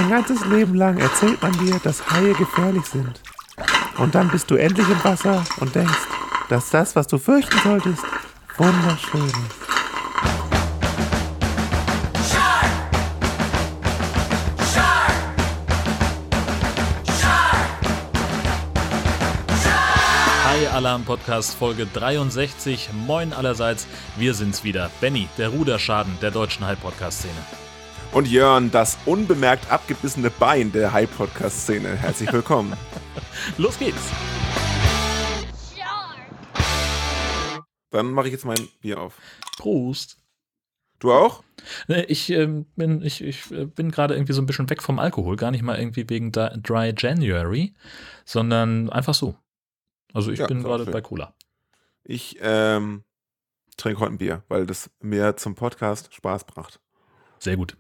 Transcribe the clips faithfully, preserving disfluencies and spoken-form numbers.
ganzes Leben lang erzählt man dir, dass Haie gefährlich sind. Und dann bist du endlich im Wasser und denkst, dass das, was du fürchten solltest, wunderschön ist. Alarm Podcast Folge dreiundsechzig. Moin allerseits, wir sind's wieder. Benny, der Ruderschaden der deutschen Hype-Podcast-Szene. Und Jörn, das unbemerkt abgebissene Bein der Hype-Podcast-Szene. Herzlich willkommen. Los geht's. Dann mache ich jetzt mein Bier auf. Prost. Du auch? Ich äh, bin, ich, ich bin gerade irgendwie so ein bisschen weg vom Alkohol. Gar nicht mal irgendwie wegen Dry January, sondern einfach so. Also ich ja, bin gerade bei Cola. Ich ähm, trinke heute ein Bier, weil das mir zum Podcast Spaß bracht. Sehr gut.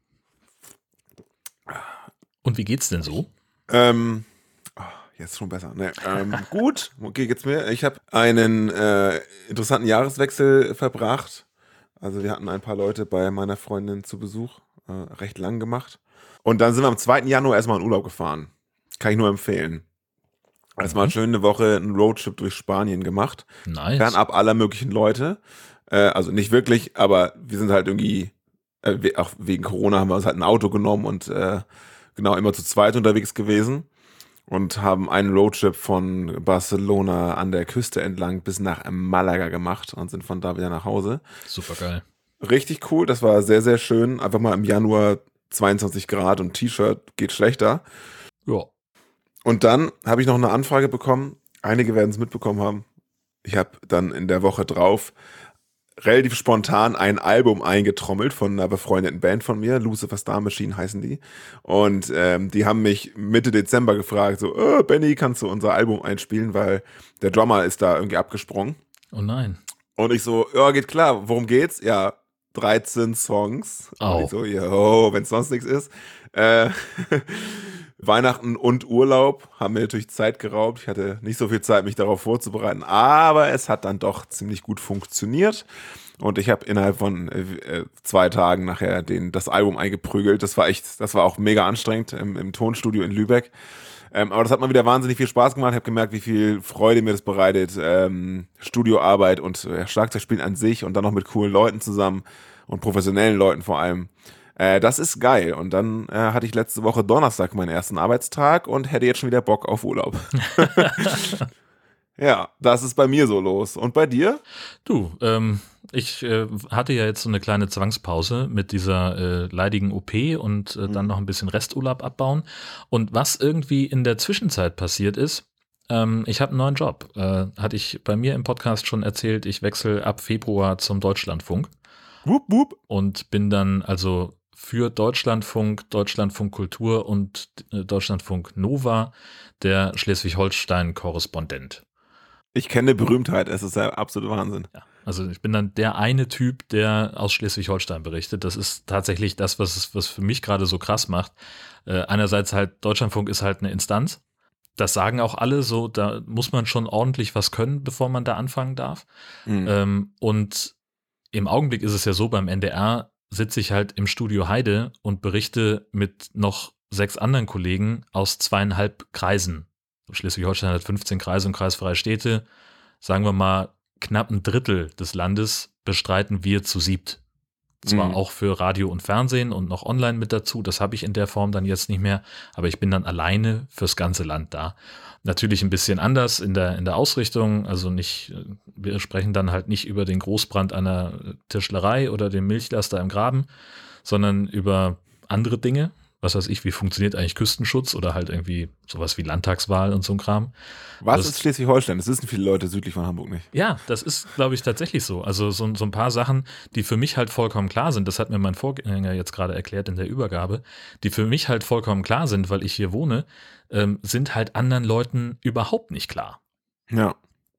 Und wie geht's denn so? Ähm, oh, jetzt schon besser. Nee, ähm, gut, okay, geht's mir. Ich habe einen äh, interessanten Jahreswechsel verbracht. Also wir hatten ein paar Leute bei meiner Freundin zu Besuch, äh, recht lang gemacht. Und dann sind wir am zweiten Januar erstmal in Urlaub gefahren. Kann ich nur empfehlen. Erstmal mhm. schön eine Woche einen Roadtrip durch Spanien gemacht. Nice. Fernab aller möglichen Leute. Äh, also nicht wirklich, aber wir sind halt irgendwie, äh, auch wegen Corona haben wir uns halt ein Auto genommen und äh, genau immer zu zweit unterwegs gewesen. Und haben einen Roadtrip von Barcelona an der Küste entlang bis nach Malaga gemacht und sind von da wieder nach Hause. Super geil. Richtig cool, das war sehr, sehr schön. Einfach mal im Januar zweiundzwanzig Grad und T-Shirt, geht schlechter. Ja. Und dann habe ich noch eine Anfrage bekommen. Einige werden es mitbekommen haben. Ich habe dann in der Woche drauf relativ spontan ein Album eingetrommelt von einer befreundeten Band von mir. Lucifer Star Machine heißen die. Und ähm, die haben mich Mitte Dezember gefragt, so, oh, Benny, kannst du unser Album einspielen, weil der Drummer ist da irgendwie abgesprungen. Oh nein. Und ich so, ja, geht klar, worum geht's? Ja, dreizehn Songs. Oh. Und ich so, yo, wenn es sonst nichts ist. Äh, Weihnachten und Urlaub haben mir natürlich Zeit geraubt. Ich hatte nicht so viel Zeit, mich darauf vorzubereiten, aber es hat dann doch ziemlich gut funktioniert. Und ich habe innerhalb von äh, zwei Tagen nachher den, das Album eingeprügelt. Das war echt, das war auch mega anstrengend im, im Tonstudio in Lübeck. Ähm, aber das hat mal wieder wahnsinnig viel Spaß gemacht. Ich habe gemerkt, wie viel Freude mir das bereitet. Ähm, Studioarbeit und äh, Schlagzeugspielen an sich und dann noch mit coolen Leuten zusammen und professionellen Leuten vor allem. Äh, das ist geil. Und dann äh, hatte ich letzte Woche Donnerstag meinen ersten Arbeitstag und hätte jetzt schon wieder Bock auf Urlaub. Ja, das ist bei mir so los. Und bei dir? Du, ähm, ich äh, hatte ja jetzt so eine kleine Zwangspause mit dieser äh, leidigen O P und äh, dann noch ein bisschen Resturlaub abbauen. Und was irgendwie in der Zwischenzeit passiert ist, ähm, ich habe einen neuen Job. Äh, hatte ich bei mir im Podcast schon erzählt, ich wechsle ab Februar zum Deutschlandfunk. Wupp, wupp. Und bin dann also für Deutschlandfunk, Deutschlandfunk Kultur und äh, Deutschlandfunk Nova der Schleswig-Holstein-Korrespondent. Ich kenne Berühmtheit, es ist der absolute Wahnsinn. Ja, also ich bin dann der eine Typ, der aus Schleswig-Holstein berichtet. Das ist tatsächlich das, was es, was für mich gerade so krass macht. Äh, einerseits halt, Deutschlandfunk ist halt eine Instanz. Das sagen auch alle so, da muss man schon ordentlich was können, bevor man da anfangen darf. Mhm. Ähm, und im Augenblick ist es ja so, beim N D R sitze ich halt im Studio Heide und berichte mit noch sechs anderen Kollegen aus zweieinhalb Kreisen. Schleswig-Holstein hat fünfzehn Kreise und kreisfreie Städte. Sagen wir mal, knapp ein Drittel des Landes bestreiten wir zu siebt. Zwar mhm. auch für Radio und Fernsehen und noch online mit dazu. Das habe ich in der Form dann jetzt nicht mehr. Aber ich bin dann alleine fürs ganze Land da. Natürlich ein bisschen anders in der, in der Ausrichtung. Also nicht, wir sprechen dann halt nicht über den Großbrand einer Tischlerei oder den Milchlaster im Graben, sondern über andere Dinge. Was weiß ich, wie funktioniert eigentlich Küstenschutz oder halt irgendwie sowas wie Landtagswahl und so ein Kram. Was das, ist Schleswig-Holstein? Das wissen viele Leute südlich von Hamburg nicht. Ja, das ist, glaube ich, tatsächlich so. Also so, so ein paar Sachen, die für mich halt vollkommen klar sind, das hat mir mein Vorgänger jetzt gerade erklärt in der Übergabe, die für mich halt vollkommen klar sind, weil ich hier wohne, ähm, sind halt anderen Leuten überhaupt nicht klar. Ja.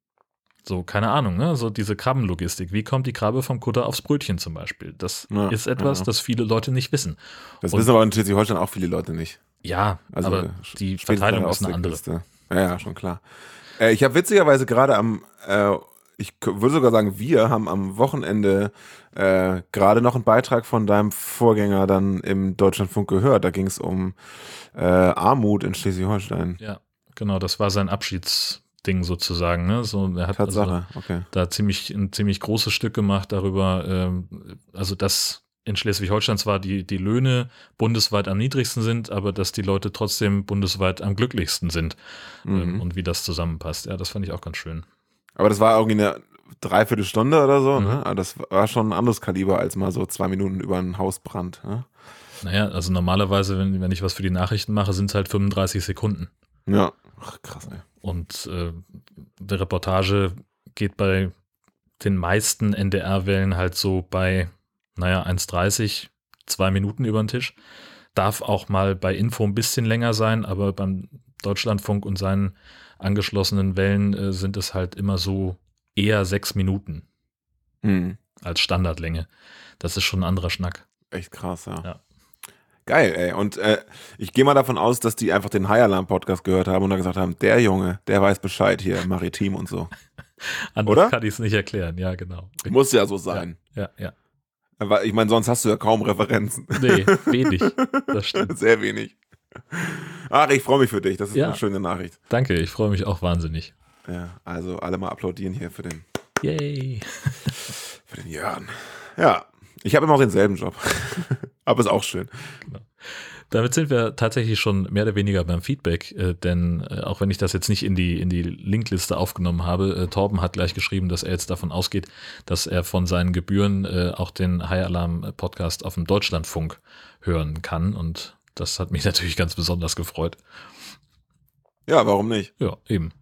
So, keine Ahnung, ne? So diese Krabbenlogistik. Wie kommt die Krabbe vom Kutter aufs Brötchen zum Beispiel? Das ja, ist etwas, ja. das viele Leute nicht wissen. Das Und, wissen aber in Schleswig-Holstein auch viele Leute nicht. Ja, also, aber die Verteilung ist eine andere. Ja, ja, schon klar. Äh, ich habe witzigerweise gerade am, äh, ich würde sogar sagen, wir haben am Wochenende äh, gerade noch einen Beitrag von deinem Vorgänger dann im Deutschlandfunk gehört. Da ging es um äh, Armut in Schleswig-Holstein. Ja, genau, das war sein Abschiedsding sozusagen. Ne? So, er hat Tatsache, also okay. da ziemlich ein ziemlich großes Stück gemacht darüber, ähm, also dass in Schleswig-Holstein zwar die, die Löhne bundesweit am niedrigsten sind, aber dass die Leute trotzdem bundesweit am glücklichsten sind ähm, Mhm. und wie das zusammenpasst. Ja, das fand ich auch ganz schön. Aber das war irgendwie eine Dreiviertelstunde oder so, Mhm. ne? Aber das war schon ein anderes Kaliber als mal so zwei Minuten über ein Hausbrand. Ne? Naja, also normalerweise, wenn, wenn ich was für die Nachrichten mache, sind es halt fünfunddreißig Sekunden. Ja, ach krass, ey. Und äh, die Reportage geht bei den meisten N D R-Wellen halt so bei, naja, eins dreißig, zwei Minuten über den Tisch. Darf auch mal bei Info ein bisschen länger sein, aber beim Deutschlandfunk und seinen angeschlossenen Wellen äh, sind es halt immer so eher sechs Minuten Hm. als Standardlänge. Das ist schon ein anderer Schnack. Echt krass, ja. Ja. Geil, ey. Und äh, ich gehe mal davon aus, dass die einfach den High Alarm Podcast gehört haben und dann gesagt haben, der Junge, der weiß Bescheid hier, maritim und so. Anders Oder? kann ich es nicht erklären, ja, genau. Muss ja so sein. Ja, ja. Aber ich meine, sonst hast du ja kaum Referenzen. Nee, wenig. Das stimmt. Sehr wenig. Ach, ich freue mich für dich. Das ist Ja. eine schöne Nachricht. Danke, ich freue mich auch wahnsinnig. Ja, also alle mal applaudieren hier für den, Yay. für den Jörn. Ja, ich habe immer auch denselben Job. Aber ist auch schön. Damit sind wir tatsächlich schon mehr oder weniger beim Feedback, äh, denn äh, auch wenn ich das jetzt nicht in die, in die Linkliste aufgenommen habe, äh, Torben hat gleich geschrieben, dass er jetzt davon ausgeht, dass er von seinen Gebühren äh, auch den High Alarm Podcast auf dem Deutschlandfunk hören kann und das hat mich natürlich ganz besonders gefreut. Ja, warum nicht? Ja, eben.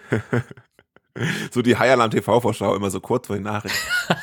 So die High Alarm T V-Vorschau immer so kurz vor den Nachrichten.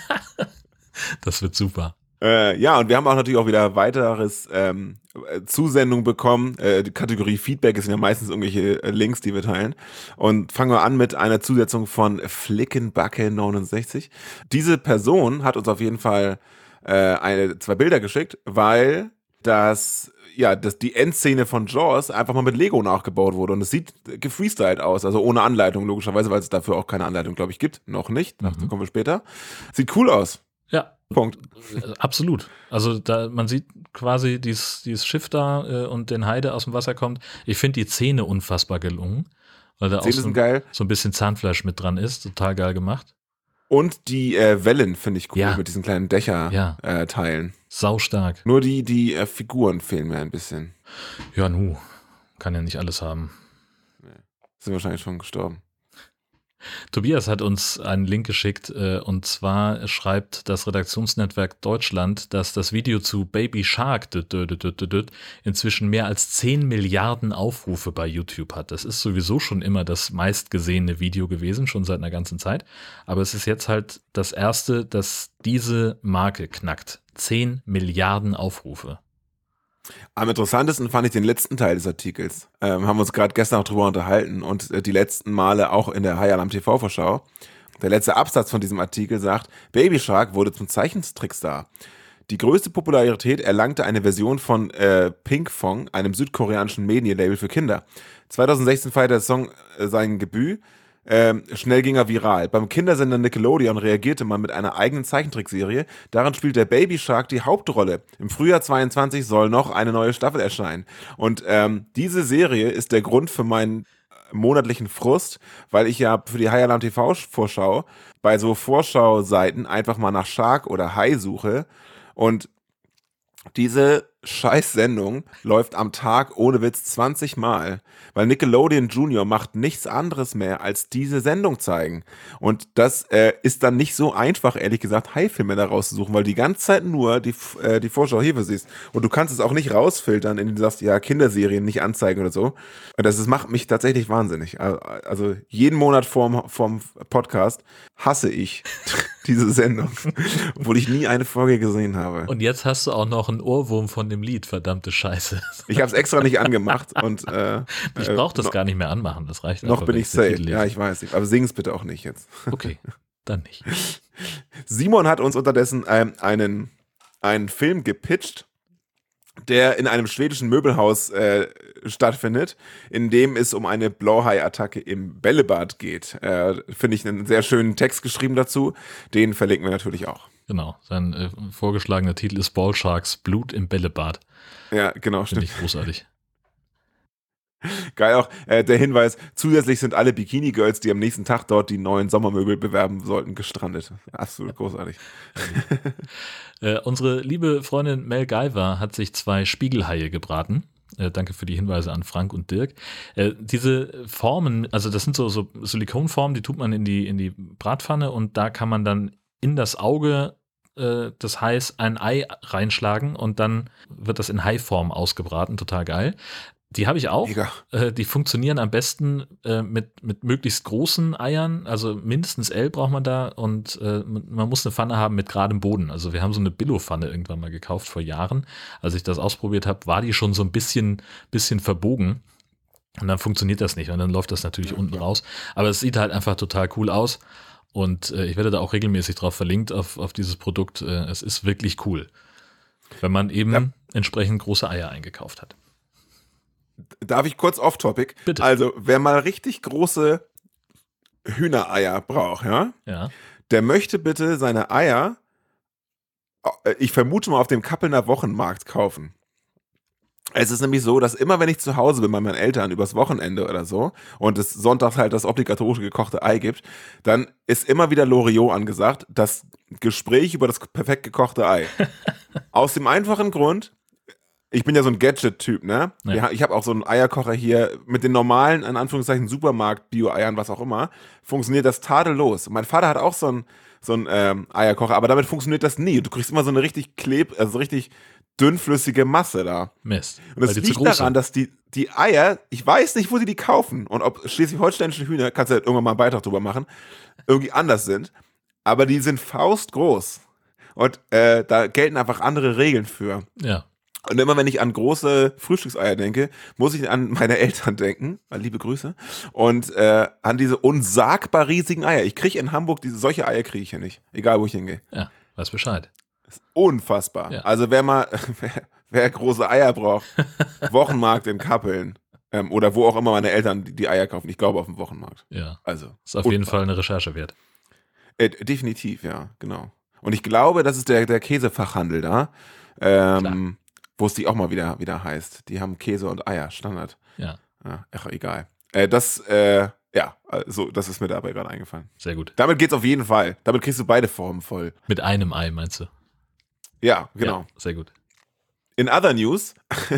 Das wird super. Äh, ja, und wir haben auch natürlich auch wieder weiteres ähm, Zusendung bekommen. Äh, die Kategorie Feedback sind ja meistens irgendwelche äh, Links, die wir teilen. Und fangen wir an mit einer Zusetzung von Flickenbacke neunundsechzig. Diese Person hat uns auf jeden Fall äh, eine, zwei Bilder geschickt, weil das, ja, das, die Endszene von Jaws einfach mal mit Lego nachgebaut wurde. Und es sieht gefreestylt aus, also ohne Anleitung, logischerweise, weil es dafür auch keine Anleitung, glaube ich, gibt. Noch nicht, dazu Mhm. kommen wir später. Sieht cool aus. Ja. Punkt. Absolut. Also da man sieht quasi dieses, dieses Schiff da äh, und den Heide aus dem Wasser kommt. Ich finde die Zähne unfassbar gelungen, weil da auch Zähne so, sind geil. so ein bisschen Zahnfleisch mit dran ist. Total geil gemacht. Und die äh, Wellen finde ich cool Ja. mit diesen kleinen Ja. Dächer-Teilen. Sau stark. Nur die, die äh, Figuren fehlen mir ein bisschen. Ja, nu, kann ja nicht alles haben. Sind wahrscheinlich schon gestorben. Tobias hat uns einen Link geschickt äh, und zwar schreibt das Redaktionsnetzwerk Deutschland, dass das Video zu Baby Shark dü- dü- dü- dü- dü- inzwischen mehr als zehn Milliarden Aufrufe bei YouTube hat. Das ist sowieso schon immer das meistgesehene Video gewesen, schon seit einer ganzen Zeit. Aber es ist jetzt halt das erste, das diese Marke knackt. zehn Milliarden Aufrufe. Am interessantesten fand ich den letzten Teil des Artikels. Ähm, haben wir uns gerade gestern auch drüber unterhalten und äh, die letzten Male auch in der High Alarm T V-Vorschau. Der letzte Absatz von diesem Artikel sagt, Baby Shark wurde zum Zeichentrickstar. Die größte Popularität erlangte eine Version von äh, Pinkfong, einem südkoreanischen Medienlabel für Kinder. zwanzig sechzehn feierte der Song äh, sein Debüt. Ähm, schnell ging er viral. Beim Kindersender Nickelodeon reagierte man mit einer eigenen Zeichentrickserie. Darin spielt der Baby Shark die Hauptrolle. Im Frühjahr zweiundzwanzig soll noch eine neue Staffel erscheinen. Und ähm, diese Serie ist der Grund für meinen monatlichen Frust, weil ich ja für die High Alarm T V-Vorschau bei so Vorschau-Seiten einfach mal nach Shark oder Hai suche und diese Scheiß-Sendung läuft am Tag ohne Witz zwanzig Mal, weil Nickelodeon Junior macht nichts anderes mehr als diese Sendung zeigen. Und das äh, ist dann nicht so einfach, ehrlich gesagt, Hai-Filme da rauszusuchen, weil die ganze Zeit nur die, äh, die Vorschau hier siehst. Und du kannst es auch nicht rausfiltern, indem du sagst, ja, Kinderserien nicht anzeigen oder so. Und das ist, macht mich tatsächlich wahnsinnig. Also jeden Monat vorm, vorm Podcast hasse ich diese Sendung, obwohl ich nie eine Folge gesehen habe. Und jetzt hast du auch noch einen Ohrwurm von dem Lied, verdammte Scheiße. Ich habe es extra nicht angemacht und äh, Ich brauche das äh, gar nicht mehr anmachen, das reicht noch einfach, bin wenn ich den safe. Titel lese. Ja, ich weiß nicht, aber sing es bitte auch nicht jetzt. Okay, dann nicht. Simon hat uns unterdessen ähm, einen, einen Film gepitcht, der in einem schwedischen Möbelhaus äh, stattfindet, in dem es um eine Blauhai-Attacke im Bällebad geht. Äh, Finde ich einen sehr schönen Text geschrieben dazu. Den verlinken wir natürlich auch. Genau, sein äh, vorgeschlagener Titel ist Ball Sharks, Blut im Bällebad. Ja, genau, Finde stimmt. ich großartig. Geil auch äh, der Hinweis, zusätzlich sind alle Bikini-Girls, die am nächsten Tag dort die neuen Sommermöbel bewerben sollten, gestrandet. Absolut großartig. äh, unsere liebe Freundin Mel Guyver hat sich zwei Spiegelhaie gebraten. Äh, danke für die Hinweise an Frank und Dirk. Äh, diese Formen, also das sind so, so Silikonformen, die tut man in die, in die Bratpfanne und da kann man dann in das Auge äh, des Hais ein Ei reinschlagen und dann wird das in Haiform ausgebraten. Total geil. Die habe ich auch. Äh, die funktionieren am besten äh, mit, mit möglichst großen Eiern. Also mindestens L braucht man da und äh, man muss eine Pfanne haben mit geradem Boden. Also wir haben so eine Billo-Pfanne irgendwann mal gekauft vor Jahren. Als ich das ausprobiert habe, war die schon so ein bisschen, bisschen verbogen. Und dann funktioniert das nicht und dann läuft das natürlich ja, unten ja. raus. Aber es sieht halt einfach total cool aus. Und äh, ich werde da auch regelmäßig drauf verlinkt auf, auf dieses Produkt. Äh, es ist wirklich cool, wenn man eben ja. entsprechend große Eier eingekauft hat. Darf ich kurz off-topic? Bitte. Also, wer mal richtig große Hühnereier braucht, ja? Ja. Der möchte bitte seine Eier, ich vermute mal, auf dem Kappelner Wochenmarkt kaufen. Es ist nämlich so, dass immer wenn ich zu Hause bin bei meinen Eltern übers Wochenende oder so und es sonntags halt das obligatorische gekochte Ei gibt, dann ist immer wieder Loriot angesagt, das Gespräch über das perfekt gekochte Ei. Aus dem einfachen Grund, ich bin ja so ein Gadget-Typ, ne? Ja. Ich habe auch so einen Eierkocher hier mit den normalen, in Anführungszeichen, Supermarkt-Bio-Eiern, was auch immer, funktioniert das tadellos. Mein Vater hat auch so einen so einen, ähm, Eierkocher, aber damit funktioniert das nie. Du kriegst immer so eine richtig kleb, also richtig dünnflüssige Masse da. Mist. Und das liegt daran, dass die, die Eier, ich weiß nicht, wo die die kaufen und ob schleswig-holsteinische Hühner, kannst du halt irgendwann mal einen Beitrag drüber machen, irgendwie anders sind, aber die sind faustgroß. Und äh, da gelten einfach andere Regeln für. Ja. Und immer wenn ich an große Frühstückseier denke, muss ich an meine Eltern denken, liebe Grüße, und äh, an diese unsagbar riesigen Eier. Ich kriege in Hamburg diese solche Eier kriege ich ja nicht, egal wo ich hingehe. Ja, weiß Bescheid. Das ist unfassbar. Ja. Also wer mal, wer, wer große Eier braucht, Wochenmarkt in Kappeln ähm, oder wo auch immer meine Eltern die, die Eier kaufen. Ich glaube auf dem Wochenmarkt. Ja. Also ist auf unfassbar. Jeden Fall eine Recherche wert. Äh, definitiv, ja, genau. Und ich glaube, das ist der, der Käsefachhandel da. Ähm, wo es die auch mal wieder, wieder heißt. Die haben Käse und Eier, Standard. Ja. ja ach, egal. Äh, das, äh, ja, also, das ist mir dabei gerade eingefallen. Sehr gut. Damit geht's auf jeden Fall. Damit kriegst du beide Formen voll. Mit einem Ei, meinst du? Ja, genau. Ja, sehr gut. In other news,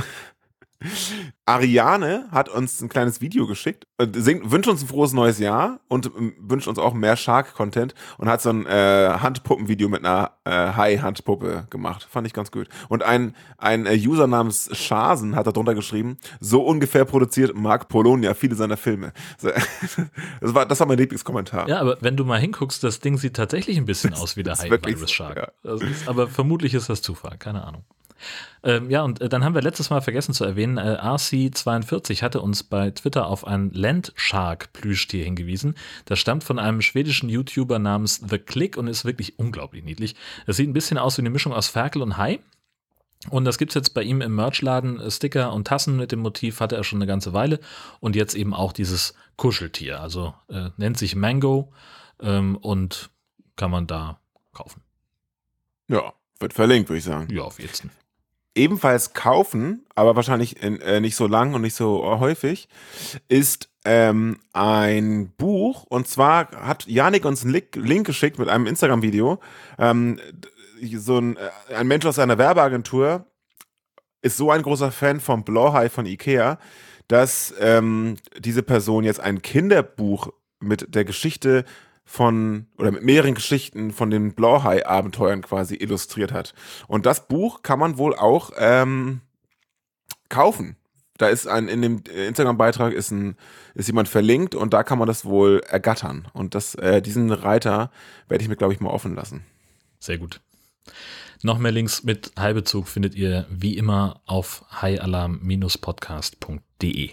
Ariane hat uns ein kleines Video geschickt, singt, wünscht uns ein frohes neues Jahr und wünscht uns auch mehr Shark-Content und hat so ein äh, Handpuppenvideo mit einer äh, Hai-Handpuppe gemacht. Fand ich ganz gut. Und ein, ein äh, User namens Schasen hat da drunter geschrieben, so ungefähr produziert Marc Polonia viele seiner Filme. Das war, das war mein Lieblingskommentar. Ja, aber wenn du mal hinguckst, das Ding sieht tatsächlich ein bisschen aus wie der Hai-Virus Shark. Ja. Das ist, aber vermutlich ist das Zufall, keine Ahnung. Ähm, ja, und äh, dann haben wir letztes Mal vergessen zu erwähnen, äh, R C zweiundvierzig hatte uns bei Twitter auf ein Landshark-Plüschtier hingewiesen. Das stammt von einem schwedischen YouTuber namens The Click und ist wirklich unglaublich niedlich. Es sieht ein bisschen aus wie eine Mischung aus Ferkel und Hai. Und das gibt es jetzt bei ihm im Merchladen. Sticker und Tassen mit dem Motiv hatte er schon eine ganze Weile. Und jetzt eben auch dieses Kuscheltier. Also äh, nennt sich Mango ähm, und kann man da kaufen. Ja, wird verlinkt, würde ich sagen. Ja, auf jeden Fall. Ebenfalls kaufen, aber wahrscheinlich in, äh, nicht so lang und nicht so häufig, ist ähm, ein Buch. Und zwar hat Janik uns einen Link, Link geschickt mit einem Instagram-Video. Ähm, so ein, äh, ein Mensch aus einer Werbeagentur ist so ein großer Fan vom Blauhai von Ikea, dass ähm, diese Person jetzt ein Kinderbuch mit der Geschichte von, oder mit mehreren Geschichten von den Blauhai-Abenteuern quasi illustriert hat. Und das Buch kann man wohl auch ähm, kaufen. Da ist ein, in dem Instagram-Beitrag ist ein, ist jemand verlinkt und da kann man das wohl ergattern. Und das, äh, diesen Reiter werde ich mir, glaube ich, mal offen lassen. Sehr gut. Noch mehr Links mit Hai-Bezug findet ihr wie immer auf haialarm podcast punkt de.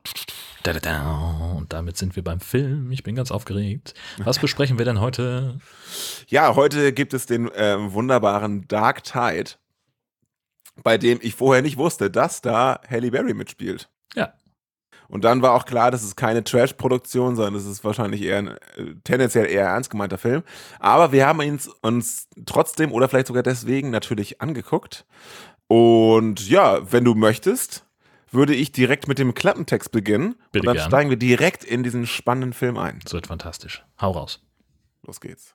Und damit sind wir beim Film. Ich bin ganz aufgeregt. Was besprechen wir denn heute? Ja, heute gibt es den äh, wunderbaren Dark Tide, bei dem ich vorher nicht wusste, dass da Halle Berry mitspielt. Ja. Und dann war auch klar, das ist keine Trash-Produktion, sondern es ist wahrscheinlich eher ein, äh, tendenziell eher ernst gemeinter Film. Aber wir haben ihn uns trotzdem oder vielleicht sogar deswegen natürlich angeguckt. Und ja, wenn du möchtest, würde ich direkt mit dem Klappentext beginnen. Bitte und dann gern. steigen wir direkt in diesen spannenden Film ein. Das wird fantastisch. Hau raus. Los geht's.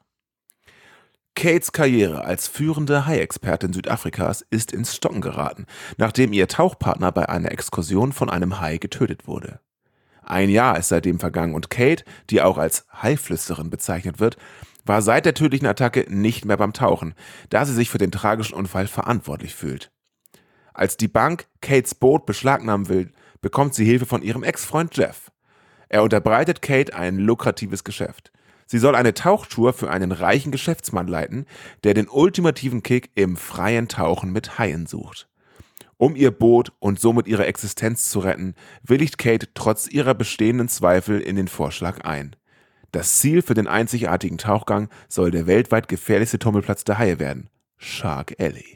Kates Karriere als führende Hai-Expertin Südafrikas ist ins Stocken geraten, nachdem ihr Tauchpartner bei einer Exkursion von einem Hai getötet wurde. Ein Jahr ist seitdem vergangen und Kate, die auch als Haiflüsterin bezeichnet wird, war seit der tödlichen Attacke nicht mehr beim Tauchen, da sie sich für den tragischen Unfall verantwortlich fühlt. Als die Bank Kates Boot beschlagnahmen will, bekommt sie Hilfe von ihrem Ex-Freund Jeff. Er unterbreitet Kate ein lukratives Geschäft. Sie soll eine Tauchtour für einen reichen Geschäftsmann leiten, der den ultimativen Kick im freien Tauchen mit Haien sucht. Um ihr Boot und somit ihre Existenz zu retten, willigt Kate trotz ihrer bestehenden Zweifel in den Vorschlag ein. Das Ziel für den einzigartigen Tauchgang soll der weltweit gefährlichste Tummelplatz der Haie werden: Shark Alley.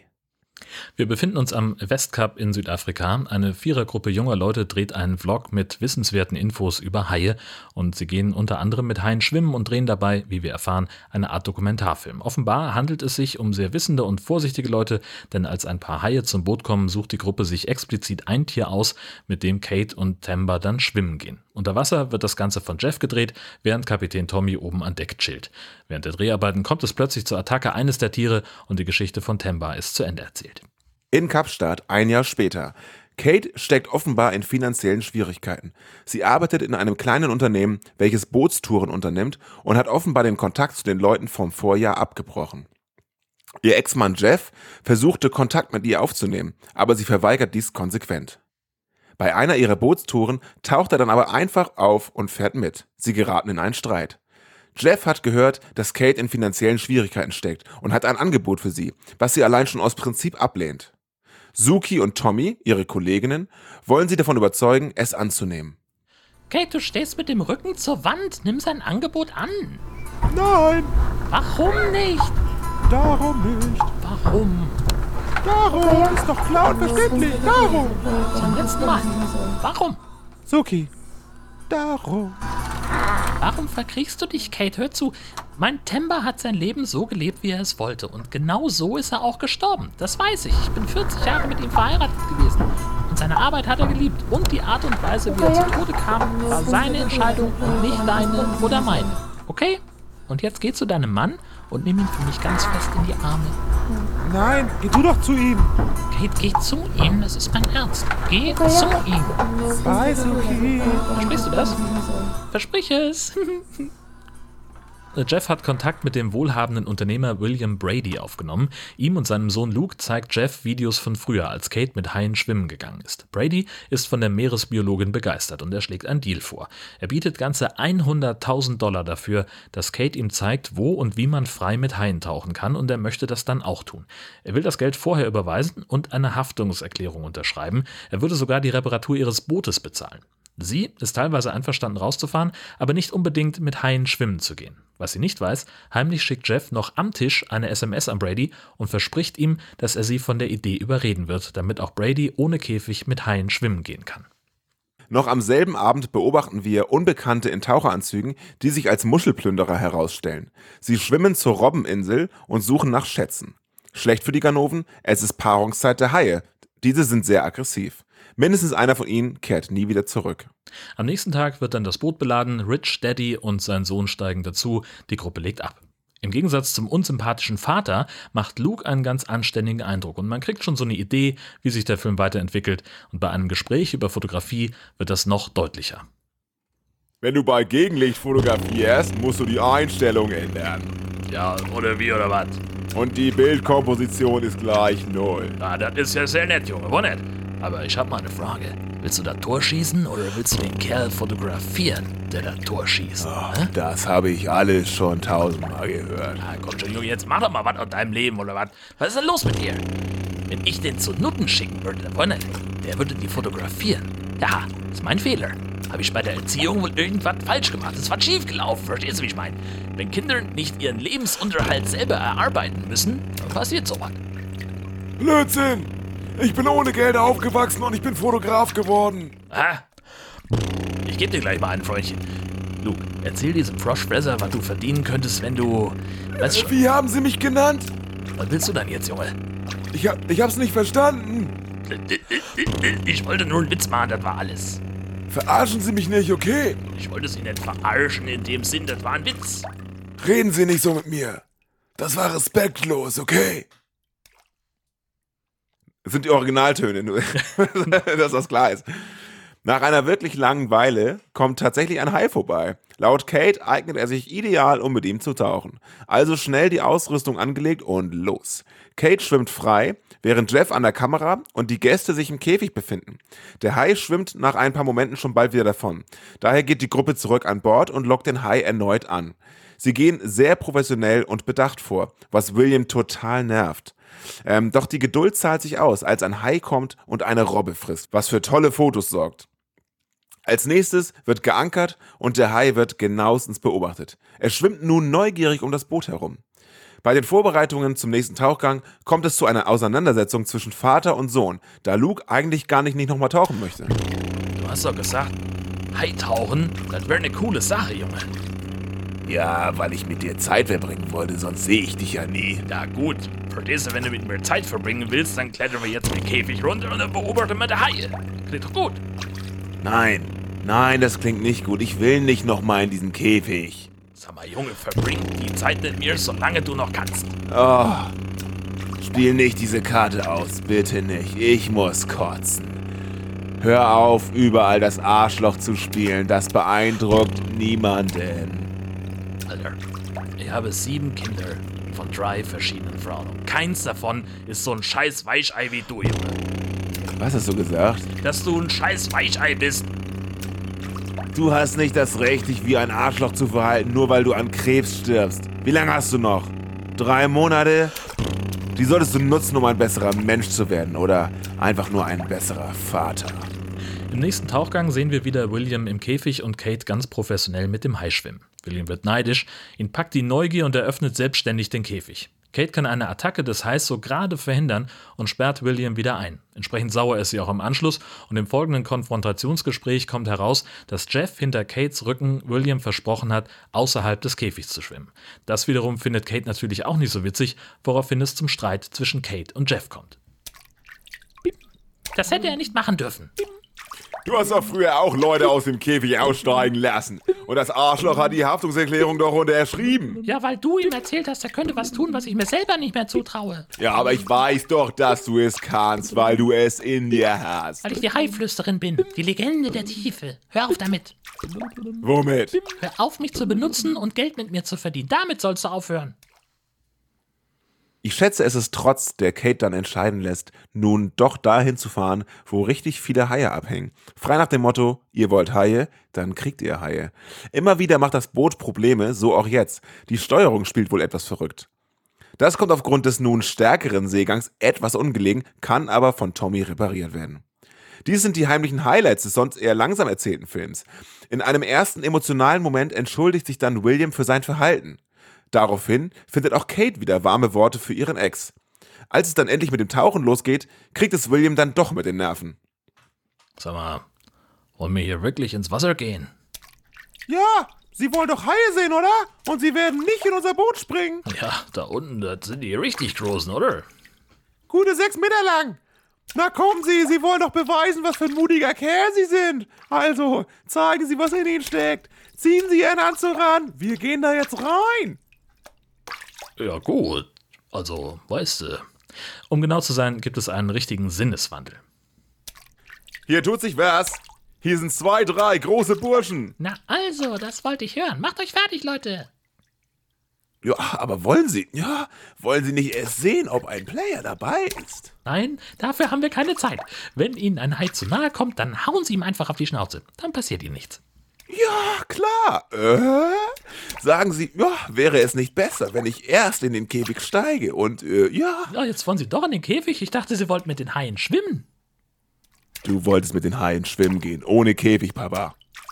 Wir befinden uns am Westkap in Südafrika. Eine Vierergruppe junger Leute dreht einen Vlog mit wissenswerten Infos über Haie und sie gehen unter anderem mit Haien schwimmen und drehen dabei, wie wir erfahren, eine Art Dokumentarfilm. Offenbar handelt es sich um sehr wissende und vorsichtige Leute, denn als ein paar Haie zum Boot kommen, sucht die Gruppe sich explizit ein Tier aus, mit dem Kate und Themba dann schwimmen gehen. Unter Wasser wird das Ganze von Jeff gedreht, während Kapitän Tommy oben an Deck chillt. Während der Dreharbeiten kommt es plötzlich zur Attacke eines der Tiere und die Geschichte von Themba ist zu Ende erzählt. In Kapstadt, ein Jahr später. Kate steckt offenbar in finanziellen Schwierigkeiten. Sie arbeitet in einem kleinen Unternehmen, welches Bootstouren unternimmt und hat offenbar den Kontakt zu den Leuten vom Vorjahr abgebrochen. Ihr Ex-Mann Jeff versuchte Kontakt mit ihr aufzunehmen, aber sie verweigert dies konsequent. Bei einer ihrer Bootstouren taucht er dann aber einfach auf und fährt mit. Sie geraten in einen Streit. Jeff hat gehört, dass Kate in finanziellen Schwierigkeiten steckt und hat ein Angebot für sie, was sie allein schon aus Prinzip ablehnt. Suki und Tommy, ihre Kolleginnen, wollen sie davon überzeugen, es anzunehmen. Kate, du stehst mit dem Rücken zur Wand. Nimm sein Angebot an. Nein! Warum nicht? Darum nicht! Warum? Darum! Ist doch klar und verständlich! Darum! Zum letzten Mal. Warum? Suki! Darum! Warum verkriechst du dich, Kate? Hör zu. Mein Themba hat sein Leben so gelebt, wie er es wollte. Und genau so ist er auch gestorben. Das weiß ich. Ich bin vierzig Jahre mit ihm verheiratet gewesen. Und seine Arbeit hat er geliebt. Und die Art und Weise, wie er zu Tode kam, war seine Entscheidung und nicht deine oder meine. Okay? Und jetzt geh zu deinem Mann und nimm ihn für mich ganz fest in die Arme. Nein, geh du doch zu ihm! Kate, geh zu ihm. Das ist mein Ernst. Geh zu ihm. Bye, Suki! Versprichst du das? Versprich es. Jeff hat Kontakt mit dem wohlhabenden Unternehmer William Brady aufgenommen. Ihm und seinem Sohn Luke zeigt Jeff Videos von früher, als Kate mit Haien schwimmen gegangen ist. Brady ist von der Meeresbiologin begeistert und er schlägt einen Deal vor. Er bietet ganze hunderttausend Dollar dafür, dass Kate ihm zeigt, wo und wie man frei mit Haien tauchen kann, und er möchte das dann auch tun. Er will das Geld vorher überweisen und eine Haftungserklärung unterschreiben. Er würde sogar die Reparatur ihres Bootes bezahlen. Sie ist teilweise einverstanden rauszufahren, aber nicht unbedingt mit Haien schwimmen zu gehen. Was sie nicht weiß, heimlich schickt Jeff noch am Tisch eine S M S an Brady und verspricht ihm, dass er sie von der Idee überreden wird, damit auch Brady ohne Käfig mit Haien schwimmen gehen kann. Noch am selben Abend beobachten wir Unbekannte in Taucheranzügen, die sich als Muschelplünderer herausstellen. Sie schwimmen zur Robbeninsel und suchen nach Schätzen. Schlecht für die Ganoven, es ist Paarungszeit der Haie. Diese sind sehr aggressiv. Mindestens einer von ihnen kehrt nie wieder zurück. Am nächsten Tag wird dann das Boot beladen, Rich Daddy und sein Sohn steigen dazu, die Gruppe legt ab. Im Gegensatz zum unsympathischen Vater macht Luke einen ganz anständigen Eindruck und man kriegt schon so eine Idee, wie sich der Film weiterentwickelt, und bei einem Gespräch über Fotografie wird das noch deutlicher. Wenn du bei Gegenlicht fotografierst, musst du die Einstellung ändern. Ja, oder wie, oder was? Und die Bildkomposition ist gleich null. Ah, das ist ja sehr nett, Junge, wo nicht? Aber ich hab mal eine Frage. Willst du da Tor schießen oder willst du den Kerl fotografieren, der da Tor schießt? Oh, das habe ich alles schon tausendmal gehört. Ah, komm schon, Junge, jetzt mach doch mal was aus deinem Leben, oder was? Was ist denn los mit dir? Wenn ich den zu Nutten schicken würde, der Bonnet, der würde die fotografieren. Ja, ist mein Fehler. Habe ich bei der Erziehung wohl irgendwas falsch gemacht? Es war schief gelaufen, verstehst du, wie ich meine? Wenn Kinder nicht ihren Lebensunterhalt selber erarbeiten müssen, dann passiert sowas. Blödsinn! Ich bin ohne Geld aufgewachsen und ich bin Fotograf geworden. Ah, Ich geb dir gleich mal einen, Freundchen. Luke, erzähl diesem Froschfresser, was du verdienen könntest, wenn du... Weißt schon, Wie haben Sie mich genannt? was willst du dann jetzt, Junge? Ich, hab, ich hab's nicht verstanden. Ich wollte nur einen Witz machen, das war alles. Verarschen Sie mich nicht, okay? Ich wollte sie nicht verarschen in dem Sinn, das war ein Witz. Reden Sie nicht so mit mir. Das war respektlos, okay? Das sind die Originaltöne, nur dass das klar ist. Nach einer wirklich langen Weile kommt tatsächlich ein Hai vorbei. Laut Kate eignet er sich ideal, um mit ihm zu tauchen. Also schnell die Ausrüstung angelegt und los. Kate schwimmt frei, während Jeff an der Kamera und die Gäste sich im Käfig befinden. Der Hai schwimmt nach ein paar Momenten schon bald wieder davon. Daher geht die Gruppe zurück an Bord und lockt den Hai erneut an. Sie gehen sehr professionell und bedacht vor, was William total nervt. Ähm, doch die Geduld zahlt sich aus, als ein Hai kommt und eine Robbe frisst, was für tolle Fotos sorgt. Als nächstes wird geankert und der Hai wird genauestens beobachtet. Er schwimmt nun neugierig um das Boot herum. Bei den Vorbereitungen zum nächsten Tauchgang kommt es zu einer Auseinandersetzung zwischen Vater und Sohn, da Luke eigentlich gar nicht, nicht nochmal tauchen möchte. Du hast doch gesagt, Hai-Tauchen, das wäre eine coole Sache, Junge. Ja, weil ich mit dir Zeit verbringen wollte, sonst sehe ich dich ja nie. Ja gut, verstehst du, wenn du mit mir Zeit verbringen willst, dann klettern wir jetzt in den Käfig runter und dann beobachten wir die Haie. Klingt doch gut. Nein, nein, das klingt nicht gut. Ich will nicht nochmal in diesen Käfig. Sag mal, Junge, verbring die Zeit mit mir, solange du noch kannst. Oh, spiel nicht diese Karte aus, bitte nicht. Ich muss kotzen. Hör auf, überall das Arschloch zu spielen. Das beeindruckt niemanden. Alter, ich habe sieben Kinder von drei verschiedenen Frauen. Und keins davon ist so ein scheiß Weichei wie du, Junge. Was hast du gesagt? Dass du ein scheiß Weichei bist. Du hast nicht das Recht, dich wie ein Arschloch zu verhalten, nur weil du an Krebs stirbst. Wie lange hast du noch? Drei Monate? Die solltest du nutzen, um ein besserer Mensch zu werden oder einfach nur ein besserer Vater. Im nächsten Tauchgang sehen wir wieder William im Käfig und Kate ganz professionell mit dem Hai schwimmen. William wird neidisch, ihn packt die Neugier und eröffnet selbstständig den Käfig. Kate kann eine Attacke des Hais so gerade verhindern und sperrt William wieder ein. Entsprechend sauer ist sie auch im Anschluss und im folgenden Konfrontationsgespräch kommt heraus, dass Jeff hinter Kates Rücken William versprochen hat, außerhalb des Käfigs zu schwimmen. Das wiederum findet Kate natürlich auch nicht so witzig, woraufhin es zum Streit zwischen Kate und Jeff kommt. Das hätte er nicht machen dürfen. Du hast doch früher auch Leute aus dem Käfig aussteigen lassen. Und das Arschloch hat die Haftungserklärung doch unterschrieben. Ja, weil du ihm erzählt hast, er könnte was tun, was ich mir selber nicht mehr zutraue. Ja, aber ich weiß doch, dass du es kannst, weil du es in dir hast. Weil ich die Haiflüsterin bin, die Legende der Tiefe. Hör auf damit. Womit? Hör auf, mich zu benutzen und Geld mit mir zu verdienen. Damit sollst du aufhören. Ich schätze, es ist Trotz, der Kate dann entscheiden lässt, nun doch dahin zu fahren, wo richtig viele Haie abhängen. Frei nach dem Motto, ihr wollt Haie, dann kriegt ihr Haie. Immer wieder macht das Boot Probleme, so auch jetzt. Die Steuerung spielt wohl etwas verrückt. Das kommt aufgrund des nun stärkeren Seegangs etwas ungelegen, kann aber von Tommy repariert werden. Dies sind die heimlichen Highlights des sonst eher langsam erzählten Films. In einem ersten emotionalen Moment entschuldigt sich dann William für sein Verhalten. Daraufhin findet auch Kate wieder warme Worte für ihren Ex. Als es dann endlich mit dem Tauchen losgeht, kriegt es William dann doch mit den Nerven. Sag mal, wollen wir hier wirklich ins Wasser gehen? Ja, Sie wollen doch Haie sehen, oder? Und Sie werden nicht in unser Boot springen. Ja, da unten, das sind die richtig großen, oder? Gute sechs Meter lang. Na kommen Sie, Sie wollen doch beweisen, was für ein mutiger Kerl Sie sind. Also, zeigen Sie, was in Ihnen steckt. Ziehen Sie Ihren Anzug ran. Wir gehen da jetzt rein. Ja gut, also, weißt du. Um genau zu sein, gibt es einen richtigen Sinneswandel. Hier tut sich was. Hier sind zwei, drei große Burschen. Na also, das wollte ich hören. Macht euch fertig, Leute. Ja, aber wollen Sie, ja, wollen Sie nicht erst sehen, ob ein Player dabei ist? Nein, dafür haben wir keine Zeit. Wenn Ihnen ein Hai zu nahe kommt, dann hauen Sie ihm einfach auf die Schnauze. Dann passiert Ihnen nichts. Ja, klar. Äh? Sagen Sie, ja, wäre es nicht besser, wenn ich erst in den Käfig steige und, äh, ja. Ja, jetzt wollen Sie doch in den Käfig. Ich dachte, Sie wollten mit den Haien schwimmen. Du wolltest mit den Haien schwimmen gehen, ohne Käfig, Papa.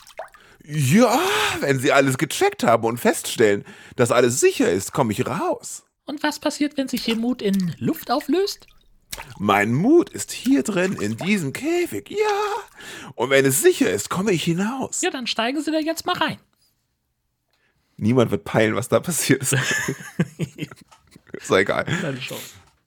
Ja, wenn Sie alles gecheckt haben und feststellen, dass alles sicher ist, komme ich raus. Und was passiert, wenn sich Ihr Mut in Luft auflöst? Mein Mut ist hier drin, in diesem Käfig, ja. Und wenn es sicher ist, komme ich hinaus. Ja, dann steigen Sie da jetzt mal rein. Niemand wird peilen, was da passiert ist. Ist doch egal. Keine Chance.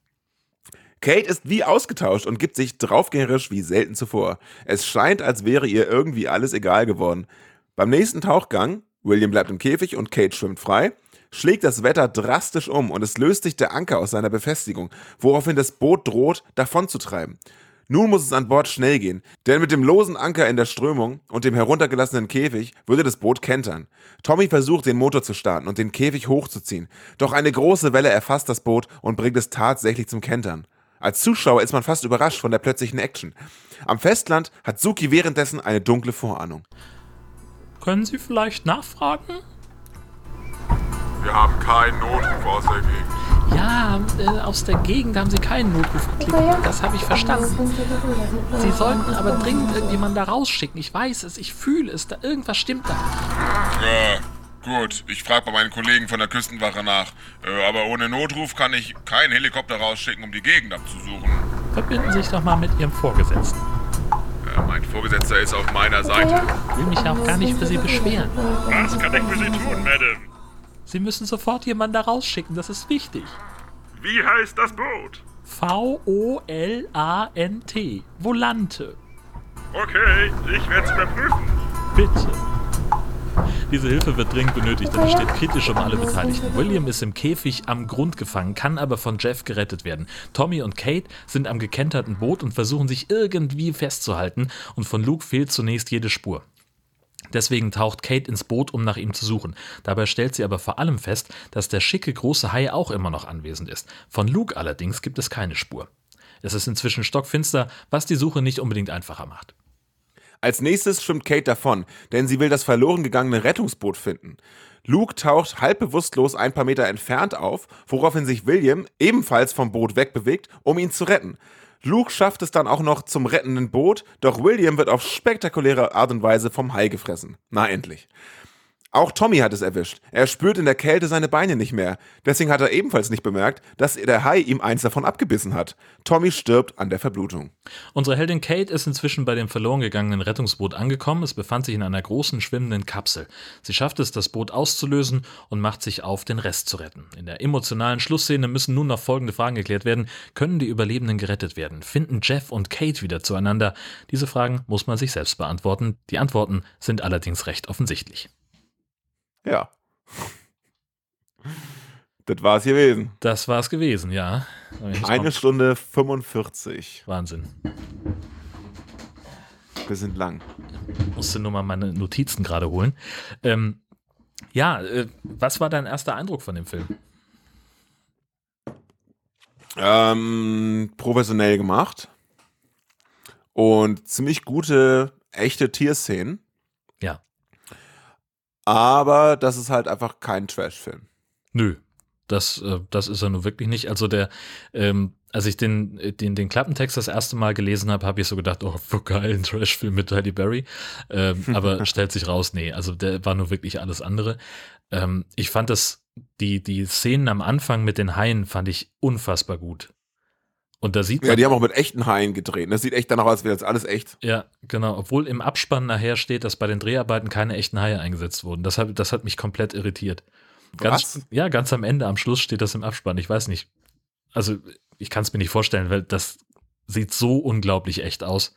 Kate ist wie ausgetauscht und gibt sich draufgängerisch wie selten zuvor. Es scheint, als wäre ihr irgendwie alles egal geworden. Beim nächsten Tauchgang, William bleibt im Käfig und Kate schwimmt frei, schlägt das Wetter drastisch um und es löst sich der Anker aus seiner Befestigung, woraufhin das Boot droht, davonzutreiben. Nun muss es an Bord schnell gehen, denn mit dem losen Anker in der Strömung und dem heruntergelassenen Käfig würde das Boot kentern. Tommy versucht, den Motor zu starten und den Käfig hochzuziehen, doch eine große Welle erfasst das Boot und bringt es tatsächlich zum Kentern. Als Zuschauer ist man fast überrascht von der plötzlichen Action. Am Festland hat Suki währenddessen eine dunkle Vorahnung. Können Sie vielleicht nachfragen? Wir haben keinen Notruf aus der Gegend. Ja, äh, aus der Gegend haben Sie keinen Notruf geklickt. Das habe ich verstanden. Sie sollten aber dringend irgendjemanden da rausschicken. Ich weiß es, ich fühle es, da irgendwas stimmt da. Ja, gut. Ich frage bei meinen Kollegen von der Küstenwache nach. Äh, aber ohne Notruf kann ich keinen Helikopter rausschicken, um die Gegend abzusuchen. Verbinden Sie sich doch mal mit Ihrem Vorgesetzten. Ja, mein Vorgesetzter ist auf meiner Seite. Ich will mich ja auch gar nicht für Sie beschweren. Was kann ich für Sie tun, Madame? Sie müssen sofort jemanden da rausschicken, das ist wichtig. Wie heißt das Boot? V O L A N T. Volante. Okay, ich werde es überprüfen. Bitte. Diese Hilfe wird dringend benötigt, denn es steht kritisch um alle Beteiligten. William ist im Käfig am Grund gefangen, kann aber von Jeff gerettet werden. Tommy und Kate sind am gekenterten Boot und versuchen sich irgendwie festzuhalten und von Luke fehlt zunächst jede Spur. Deswegen taucht Kate ins Boot, um nach ihm zu suchen. Dabei stellt sie aber vor allem fest, dass der schicke große Hai auch immer noch anwesend ist. Von Luke allerdings gibt es keine Spur. Es ist inzwischen stockfinster, was die Suche nicht unbedingt einfacher macht. Als nächstes schwimmt Kate davon, denn sie will das verloren gegangene Rettungsboot finden. Luke taucht halb bewusstlos ein paar Meter entfernt auf, woraufhin sich William ebenfalls vom Boot wegbewegt, um ihn zu retten. Luke schafft es dann auch noch zum rettenden Boot, doch William wird auf spektakuläre Art und Weise vom Hai gefressen. Na endlich. Auch Tommy hat es erwischt. Er spürt in der Kälte seine Beine nicht mehr. Deswegen hat er ebenfalls nicht bemerkt, dass der Hai ihm eins davon abgebissen hat. Tommy stirbt an der Verblutung. Unsere Heldin Kate ist inzwischen bei dem verloren gegangenen Rettungsboot angekommen. Es befand sich in einer großen schwimmenden Kapsel. Sie schafft es, das Boot auszulösen und macht sich auf, den Rest zu retten. In der emotionalen Schlussszene müssen nun noch folgende Fragen geklärt werden. Können die Überlebenden gerettet werden? Finden Jeff und Kate wieder zueinander? Diese Fragen muss man sich selbst beantworten. Die Antworten sind allerdings recht offensichtlich. Ja. Das war's gewesen. Das war's gewesen, ja. Eine Stunde fünfundvierzig. Wahnsinn. Wir sind lang. Ich musste nur mal meine Notizen gerade holen. Ähm, ja, äh, was war dein erster Eindruck von dem Film? Ähm, professionell gemacht. Und ziemlich gute, echte Tierszenen. Ja. Aber das ist halt einfach kein Trash-Film. Nö, das, äh, das ist er nur wirklich nicht. Also der, ähm, als ich den, den, den Klappentext das erste Mal gelesen habe, habe ich so gedacht, oh, für geil, ein Trash-Film mit Halle Berry. Ähm, aber stellt sich raus, nee, also der war nur wirklich alles andere. Ähm, ich fand das, die, die Szenen am Anfang mit den Haien fand ich unfassbar gut. Und da sieht man, ja, die haben auch mit echten Haien gedreht. Das sieht echt danach aus, als wäre das alles echt. Ja, genau. Obwohl im Abspann nachher steht, dass bei den Dreharbeiten keine echten Haie eingesetzt wurden. Das hat, das hat mich komplett irritiert. Ganz, Was? Ja, ganz am Ende, am Schluss steht das im Abspann. Ich weiß nicht. Also, ich kann es mir nicht vorstellen, weil das sieht so unglaublich echt aus.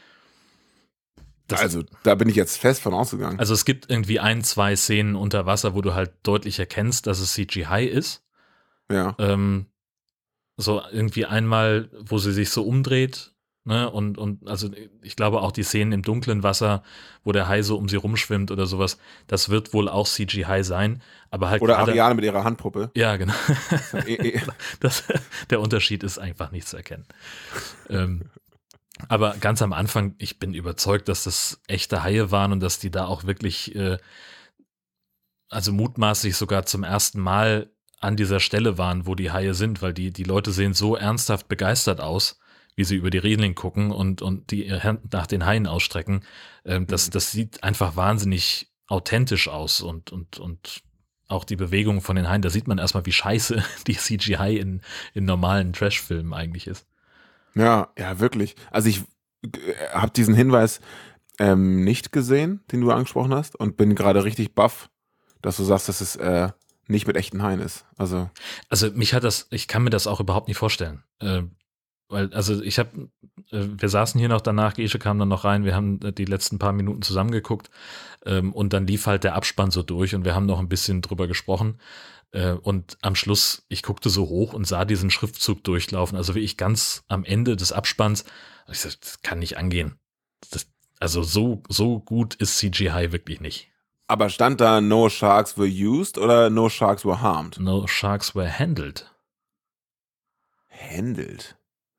Das, also, da bin ich jetzt fest von ausgegangen. Also, es gibt irgendwie ein, zwei Szenen unter Wasser, wo du halt deutlich erkennst, dass es C G I ist. Ja. Ähm, so irgendwie einmal, wo sie sich so umdreht, ne, und, und also ich glaube auch die Szenen im dunklen Wasser, wo der Hai so um sie rumschwimmt oder sowas, das wird wohl auch C G I sein, aber halt Oder gerade, Ariane mit ihrer Handpuppe. ja, genau. Eh, eh. Das, der Unterschied ist einfach nicht zu erkennen. ähm, aber ganz am Anfang, ich bin überzeugt, dass das echte Haie waren und dass die da auch wirklich, äh, also mutmaßlich sogar zum ersten Mal an dieser Stelle waren, wo die Haie sind, weil die, die Leute sehen so ernsthaft begeistert aus, wie sie über die Reling gucken und, und die ihr Hand nach den Haien ausstrecken. Ähm, das, das sieht einfach wahnsinnig authentisch aus und, und, und auch die Bewegung von den Haien, da sieht man erstmal, wie scheiße die C G I in, in normalen Trash-Filmen eigentlich ist. Ja, ja, wirklich. Also ich äh, habe diesen Hinweis ähm, nicht gesehen, den du angesprochen hast, und bin gerade richtig baff, dass du sagst, dass es äh, nicht mit echten Haien ist. Also Also mich hat das, ich kann mir das auch überhaupt nicht vorstellen. Äh, weil, also ich habe, äh, wir saßen hier noch danach, Gesche kam dann noch rein, wir haben äh, die letzten paar Minuten zusammengeguckt ähm, und dann lief halt der Abspann so durch und wir haben noch ein bisschen drüber gesprochen. Äh, und am Schluss, ich guckte so hoch und sah diesen Schriftzug durchlaufen, also wie ich ganz am Ende des Abspanns, ich sag, das kann nicht angehen. Das, also so, so gut ist C G I wirklich nicht. aber stand da No Sharks were used oder No Sharks were harmed? No sharks were handled. Handled.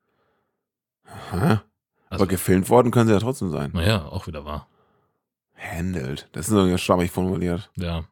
Aha. Also, Aber gefilmt worden können sie ja trotzdem sein. naja, auch wieder wahr. Handled. Das ist irgendwie schwammig formuliert. Ja.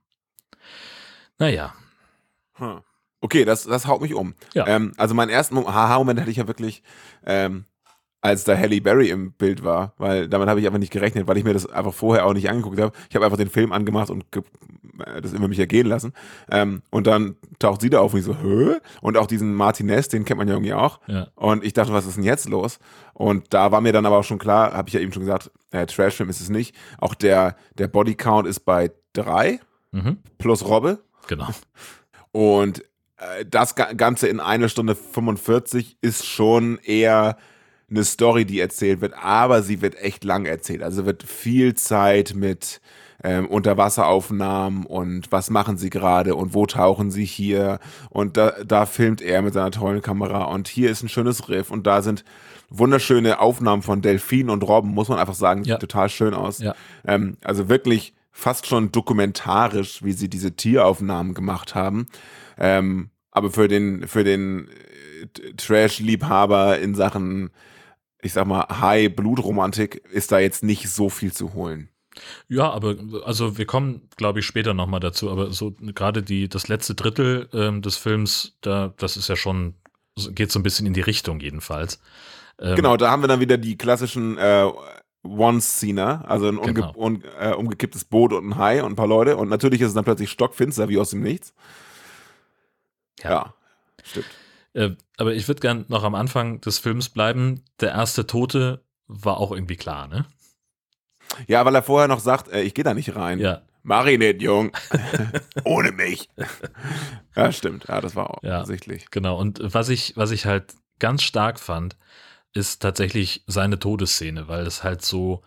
Naja. Hm. Okay, das, das haut mich um. Ja. Ähm, also meinen ersten Haha-Moment hatte ich ja wirklich, ähm, als da Halle Berry im Bild war, weil damit habe ich einfach nicht gerechnet, weil ich mir das einfach vorher auch nicht angeguckt habe. Ich habe einfach den Film angemacht und ge- das über mich ergehen lassen. Ähm, und dann taucht sie da auf und ich so, hä? Und auch diesen Martinez, den kennt man ja irgendwie auch. Ja. Und ich dachte, was ist denn jetzt los? Und da war mir dann aber auch schon klar, habe ich ja eben schon gesagt, äh, Trashfilm ist es nicht. Auch der, der Bodycount ist bei drei Mhm. plus Robbe. Genau. Und äh, das Ga- Ganze in eine Stunde fünfundvierzig ist schon eher eine Story, die erzählt wird, aber sie wird echt lang erzählt. Also wird viel Zeit mit ähm, Unterwasseraufnahmen und was machen sie gerade und wo tauchen sie hier und da, da filmt er mit seiner tollen Kamera und hier ist ein schönes Riff und da sind wunderschöne Aufnahmen von Delfinen und Robben, muss man einfach sagen, Ja. sieht total schön aus. Ja. Ähm, also wirklich fast schon dokumentarisch, wie sie diese Tieraufnahmen gemacht haben. Ähm, aber für den, für den äh, Trash-Liebhaber in Sachen, ich sag mal, High-Blutromantik ist da jetzt nicht so viel zu holen. Ja, aber also wir kommen, glaube ich, später nochmal dazu, aber so gerade die das letzte Drittel ähm, des Films, da das ist ja schon, geht so ein bisschen in die Richtung jedenfalls. Ähm, Genau, da haben wir dann wieder die klassischen äh, One-Scener, also ein umge Genau. un äh, umgekipptes Boot und ein Hai und ein paar Leute und natürlich ist es dann plötzlich stockfinster, wie aus dem Nichts. Ja. Ja, stimmt. Äh, aber ich würde gern noch am Anfang des Films bleiben. Der erste Tote war auch irgendwie klar, ne? Ja, weil er vorher noch sagt, äh, ich gehe da nicht rein. Ja. Mach ich nicht, Jung. Ohne mich. Ja, stimmt. Ja, das war auch Ja. offensichtlich. Genau. Und was ich, was ich halt ganz stark fand, ist tatsächlich seine Todesszene, weil es halt so,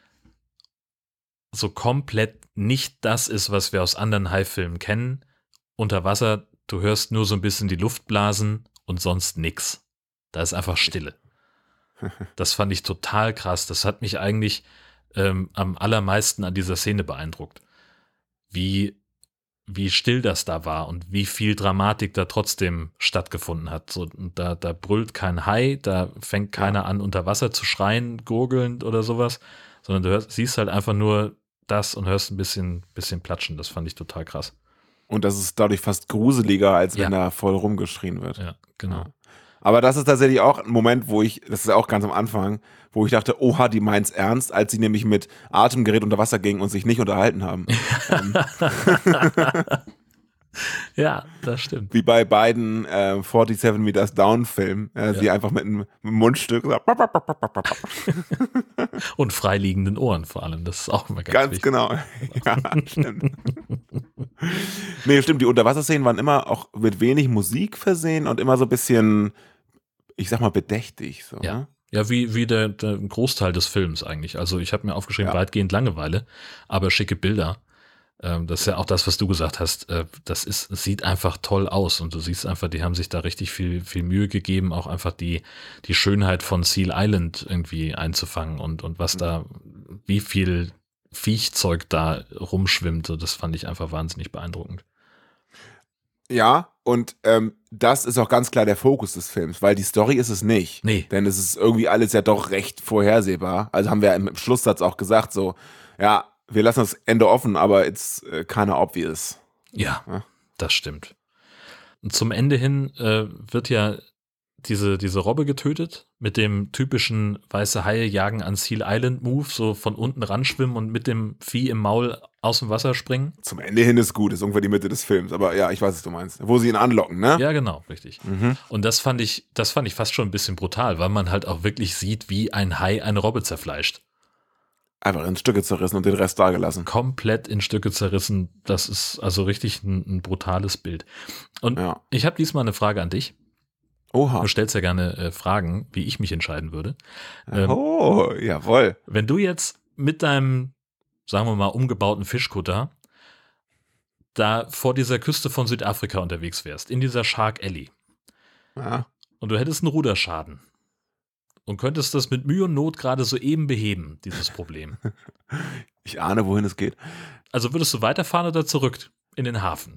so komplett nicht das ist, was wir aus anderen Hai-Filmen kennen. Unter Wasser, du hörst nur so ein bisschen die Luft blasen und sonst nix. Da ist einfach Stille. Das fand ich total krass. Das hat mich eigentlich ähm, am allermeisten an dieser Szene beeindruckt. Wie, wie still das da war und wie viel Dramatik da trotzdem stattgefunden hat. So, und da, da brüllt kein Hai, da fängt keiner an, unter Wasser zu schreien, gurgelnd oder sowas, sondern du hörst, siehst halt einfach nur das und hörst ein bisschen, bisschen platschen. Das fand ich total krass. Und das ist dadurch fast gruseliger, als wenn Ja. da voll rumgeschrien wird. Ja, genau. Ja. Aber das ist tatsächlich auch ein Moment, wo ich, das ist ja auch ganz am Anfang, wo ich dachte, oha, die meint's ernst, als sie nämlich mit Atemgerät unter Wasser gingen und sich nicht unterhalten haben. ähm, Ja, das stimmt. wie bei beiden äh, forty-seven Meters Down Filmen, äh, sie einfach mit einem, mit einem Mundstück so, Und freiliegenden Ohren vor allem. Das ist auch immer ganz, ganz wichtig. genau. Ja, stimmt. Nee, stimmt, die Unterwasserszenen waren immer auch mit wenig Musik versehen und immer so ein bisschen, ich sag mal, bedächtig. So, Ja. ne? Ja, wie, wie der, der Großteil des Films eigentlich. Also ich habe mir aufgeschrieben, Ja. weitgehend Langeweile, aber schicke Bilder. Ähm, das ist ja auch das, was du gesagt hast. Äh, das ist, es sieht einfach toll aus und du siehst einfach, die haben sich da richtig viel, viel Mühe gegeben, auch einfach die, die Schönheit von Seal Island irgendwie einzufangen und, und was da, wie viel Viechzeug da rumschwimmt. So, das fand ich einfach wahnsinnig beeindruckend. Ja, und ähm, das ist auch ganz klar der Fokus des Films, weil die Story ist es nicht. Nee. Denn es ist irgendwie alles ja doch recht vorhersehbar. Also haben wir im Schlusssatz auch gesagt, so, ja, wir lassen das Ende offen, aber it's äh, keiner obvious. Ja, Ja. das stimmt. Und zum Ende hin äh, wird ja diese, diese Robbe getötet mit dem typischen weiße Haie jagen an Seal Island Move, so von unten ranschwimmen und mit dem Vieh im Maul aus dem Wasser springen. Zum Ende hin ist gut, ist irgendwann die Mitte des Films. Aber ja, ich weiß, was du meinst. Wo sie ihn anlocken, ne? Ja, genau, richtig. Mhm. Und das fand ich, das fand ich fast schon ein bisschen brutal, weil man halt auch wirklich sieht, wie ein Hai eine Robbe zerfleischt. Einfach in Stücke zerrissen und den Rest dagelassen. Komplett in Stücke zerrissen. Das ist also richtig ein, ein brutales Bild. Und Ja. ich habe diesmal eine Frage an dich. Oha. Du stellst ja gerne äh, Fragen, wie ich mich entscheiden würde. Ähm, Oh, jawohl. Wenn du jetzt mit deinem, sagen wir mal, umgebauten Fischkutter da vor dieser Küste von Südafrika unterwegs wärst, in dieser Shark Alley, Ja. und du hättest einen Ruderschaden und könntest das mit Mühe und Not gerade so eben beheben, dieses Problem. Ich ahne, wohin es geht. Also würdest du weiterfahren oder zurück in den Hafen?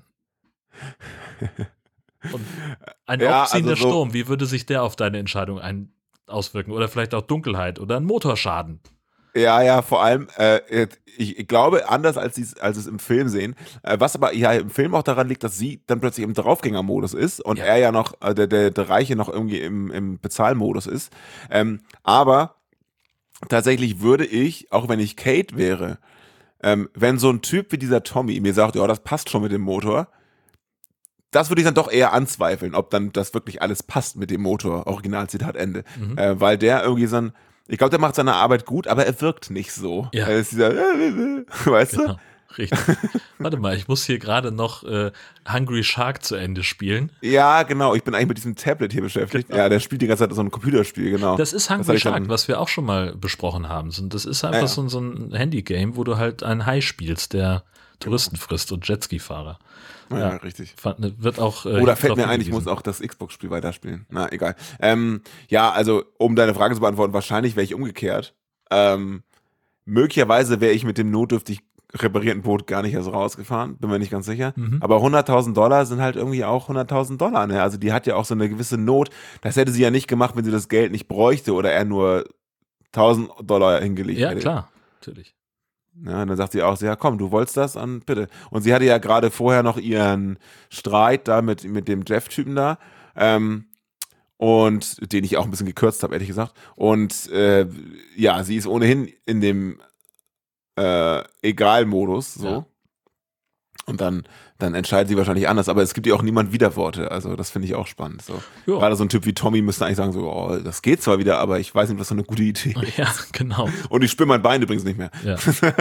Und ein Ja, aufziehender also so- Sturm, wie würde sich der auf deine Entscheidung ein auswirken? Oder vielleicht auch Dunkelheit oder ein Motorschaden? Ja, ja, vor allem, äh, ich, ich glaube, anders als, sie als es im Film sehen, äh, was aber ja im Film auch daran liegt, dass sie dann plötzlich im Draufgängermodus ist und Ja. er ja noch, äh, der, der, der Reiche noch irgendwie im, im Bezahlmodus ist. Ähm, aber tatsächlich würde ich, auch wenn ich Kate wäre, ähm, wenn so ein Typ wie dieser Tommy mir sagt, ja, das passt schon mit dem Motor, das würde ich dann doch eher anzweifeln, ob dann das wirklich alles passt mit dem Motor, Originalzitat Ende. Mhm. Äh, weil der irgendwie so ein, ich glaube, der macht seine Arbeit gut, aber er wirkt nicht so. Ja. Er ist dieser, weißt du? Genau, richtig. Warte mal, ich muss hier gerade noch äh, Hungry Shark zu Ende spielen. Ja, genau. Ich bin eigentlich mit diesem Tablet hier beschäftigt. Ja, der spielt die ganze Zeit so ein Computerspiel, genau. Das ist hatte Hungry ich Shark, dann- was wir auch schon mal besprochen haben. Und das ist einfach Ja, ja. so, so ein Handy-Game, wo du halt einen Hai spielst, der Touristen frisst und Jetski-Fahrer. Ja, ja. richtig. Fand- Wird auch. Äh, Oder fällt darauf mir ein, ich hingewiesen. muss auch das Xbox-Spiel weiterspielen. Na, egal. Ähm, ja, also, um deine Frage zu beantworten, wahrscheinlich wäre ich umgekehrt. Ähm, möglicherweise wäre ich mit dem notdürftig reparierten Boot gar nicht erst rausgefahren, bin mir nicht ganz sicher. Mhm. Aber hunderttausend Dollar sind halt irgendwie auch hunderttausend Dollar. Ne? Also die hat ja auch so eine gewisse Not. Das hätte sie ja nicht gemacht, wenn sie das Geld nicht bräuchte oder er nur tausend Dollar hingelegt Ja, hätte. klar, natürlich. Ja, und dann sagt sie auch so, ja komm, du wolltest das, und bitte. Und sie hatte ja gerade vorher noch ihren Streit da mit, mit dem Jeff-Typen da, ähm, und den ich auch ein bisschen gekürzt habe, ehrlich gesagt. Und äh, ja, sie ist ohnehin in dem äh, Egal-Modus, so. Ja. Und dann, dann entscheidet sie wahrscheinlich anders, aber es gibt ihr auch niemand Widerworte. Also das finde ich auch spannend. So. Ja. Gerade so ein Typ wie Tommy müsste eigentlich sagen, so, oh, das geht zwar wieder, aber ich weiß nicht, was so eine gute Idee ist. Ja, genau. Und ich spüre mein Bein übrigens nicht mehr. Ja.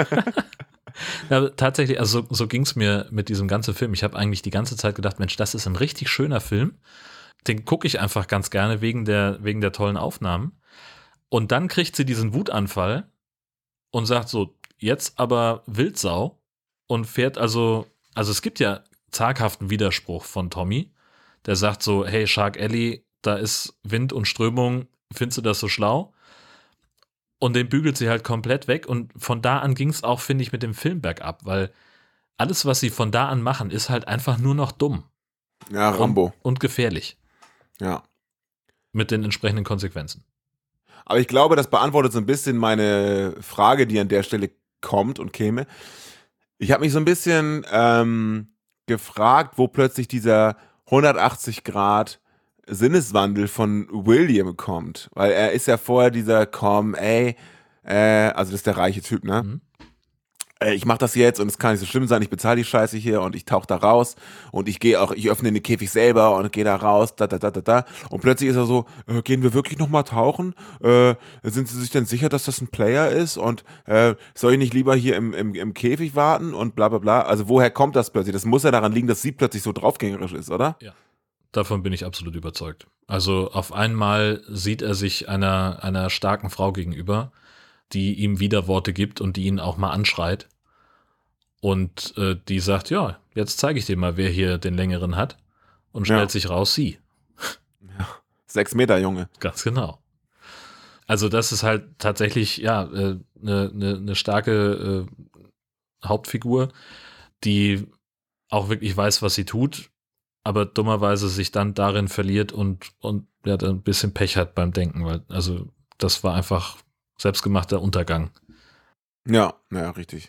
Ja, tatsächlich, also so, so ging es mir mit diesem ganzen Film. Ich habe eigentlich die ganze Zeit gedacht, Mensch, das ist ein richtig schöner Film. Den gucke ich einfach ganz gerne wegen der, wegen der tollen Aufnahmen. Und dann kriegt sie diesen Wutanfall und sagt so, jetzt aber Wildsau, und fährt also, also es gibt ja zaghaften Widerspruch von Tommy, der sagt so, hey, Shark Alley, da ist Wind und Strömung, findest du das so schlau? Und den bügelt sie halt komplett weg, und von da an ging es auch, finde ich, mit dem Film bergab, weil alles, was sie von da an machen, ist halt einfach nur noch dumm Ja, Rambo. und, und gefährlich Ja. mit den entsprechenden Konsequenzen. Aber ich glaube, das beantwortet so ein bisschen meine Frage, die an der Stelle kommt und käme. Ich habe mich so ein bisschen ähm, gefragt, wo plötzlich dieser hundertachtzig Grad Sinneswandel von William kommt. Weil er ist ja vorher dieser, komm, ey, äh, also das ist der reiche Typ, ne? Mhm. Äh, ich mach das jetzt und es kann nicht so schlimm sein, ich bezahle die Scheiße hier und ich tauche da raus und ich gehe auch, ich öffne den Käfig selber und gehe da raus, da, da, da, da, da. Und plötzlich ist er so, äh, gehen wir wirklich nochmal tauchen? Äh, sind Sie sich denn sicher, dass das ein Player ist? Und äh, soll ich nicht lieber hier im, im, im Käfig warten und bla bla bla? Also woher kommt das plötzlich? Das muss ja daran liegen, dass sie plötzlich so draufgängerisch ist, oder? Davon bin ich absolut überzeugt. Also auf einmal sieht er sich einer, einer starken Frau gegenüber, die ihm Widerworte gibt und die ihn auch mal anschreit. Und äh, die sagt, ja, jetzt zeige ich dir mal, wer hier den längeren hat. Und stellt Ja. sich raus, sie. Sechs Meter, Junge. Ganz genau. Also das ist halt tatsächlich, ja, eine äh, ne, ne, ne starke äh, Hauptfigur, die auch wirklich weiß, was sie tut, aber dummerweise sich dann darin verliert und, und ja, dann ein bisschen Pech hat beim Denken, weil, also das war einfach selbstgemachter Untergang. Ja, naja, richtig.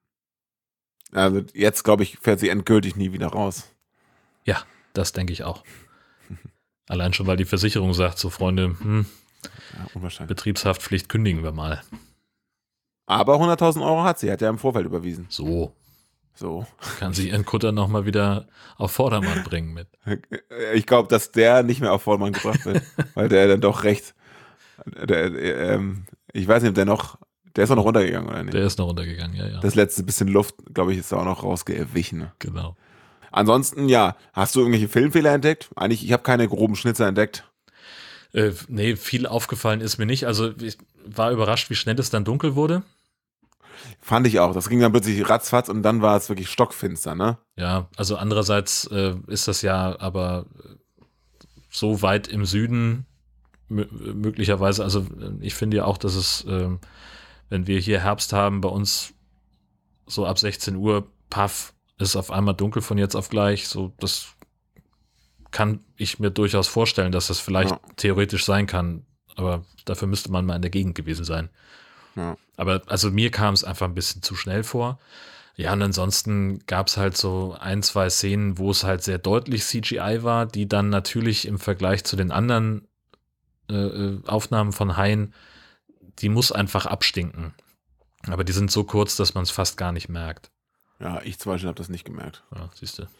Also jetzt, glaube ich, fährt sie endgültig nie wieder raus. Ja, das denke ich auch. Allein schon, weil die Versicherung sagt, so Freunde, hm, Ja, unwahrscheinlich. Betriebshaftpflicht kündigen wir mal. Aber hunderttausend Euro hat sie, hat er im Vorfeld überwiesen. So, So. Kann sie ihren Kutter nochmal wieder auf Vordermann bringen mit. Ich glaube, dass der nicht mehr auf Vordermann gebracht wird, weil der dann doch recht, der, ähm, ich weiß nicht, ob der noch, der ist auch noch runtergegangen, oder nicht? Der ist noch runtergegangen, ja, ja. Das letzte bisschen Luft, glaube ich, ist da auch noch rausgewichen. Genau. Ansonsten, ja, hast du irgendwelche Filmfehler entdeckt? Eigentlich, ich habe keine groben Schnitzer entdeckt. Äh, nee, viel aufgefallen ist mir nicht. Also ich war überrascht, wie schnell es dann dunkel wurde. Fand ich auch. Das ging dann plötzlich ratzfatz und dann war es wirklich stockfinster, ne? Ja, also andererseits äh, ist das ja aber so weit im Süden m- möglicherweise, also ich finde ja auch, dass es, äh, wenn wir hier Herbst haben, bei uns so ab sechzehn Uhr, paff, ist auf einmal dunkel von jetzt auf gleich. So, das kann ich mir durchaus vorstellen, dass das vielleicht ja. theoretisch sein kann, aber dafür müsste man mal in der Gegend gewesen sein. Ja. Aber also mir kam es einfach ein bisschen zu schnell vor. Ja, und ansonsten gab es halt so ein, zwei Szenen, wo es halt sehr deutlich C G I war, die dann natürlich im Vergleich zu den anderen äh, Aufnahmen von Haien, die muss einfach abstinken. Aber die sind so kurz, dass man es fast gar nicht merkt. Ja, ich zum Beispiel habe das nicht gemerkt. Ja, siehst du.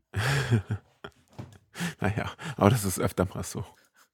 Naja, aber das ist öfter mal so.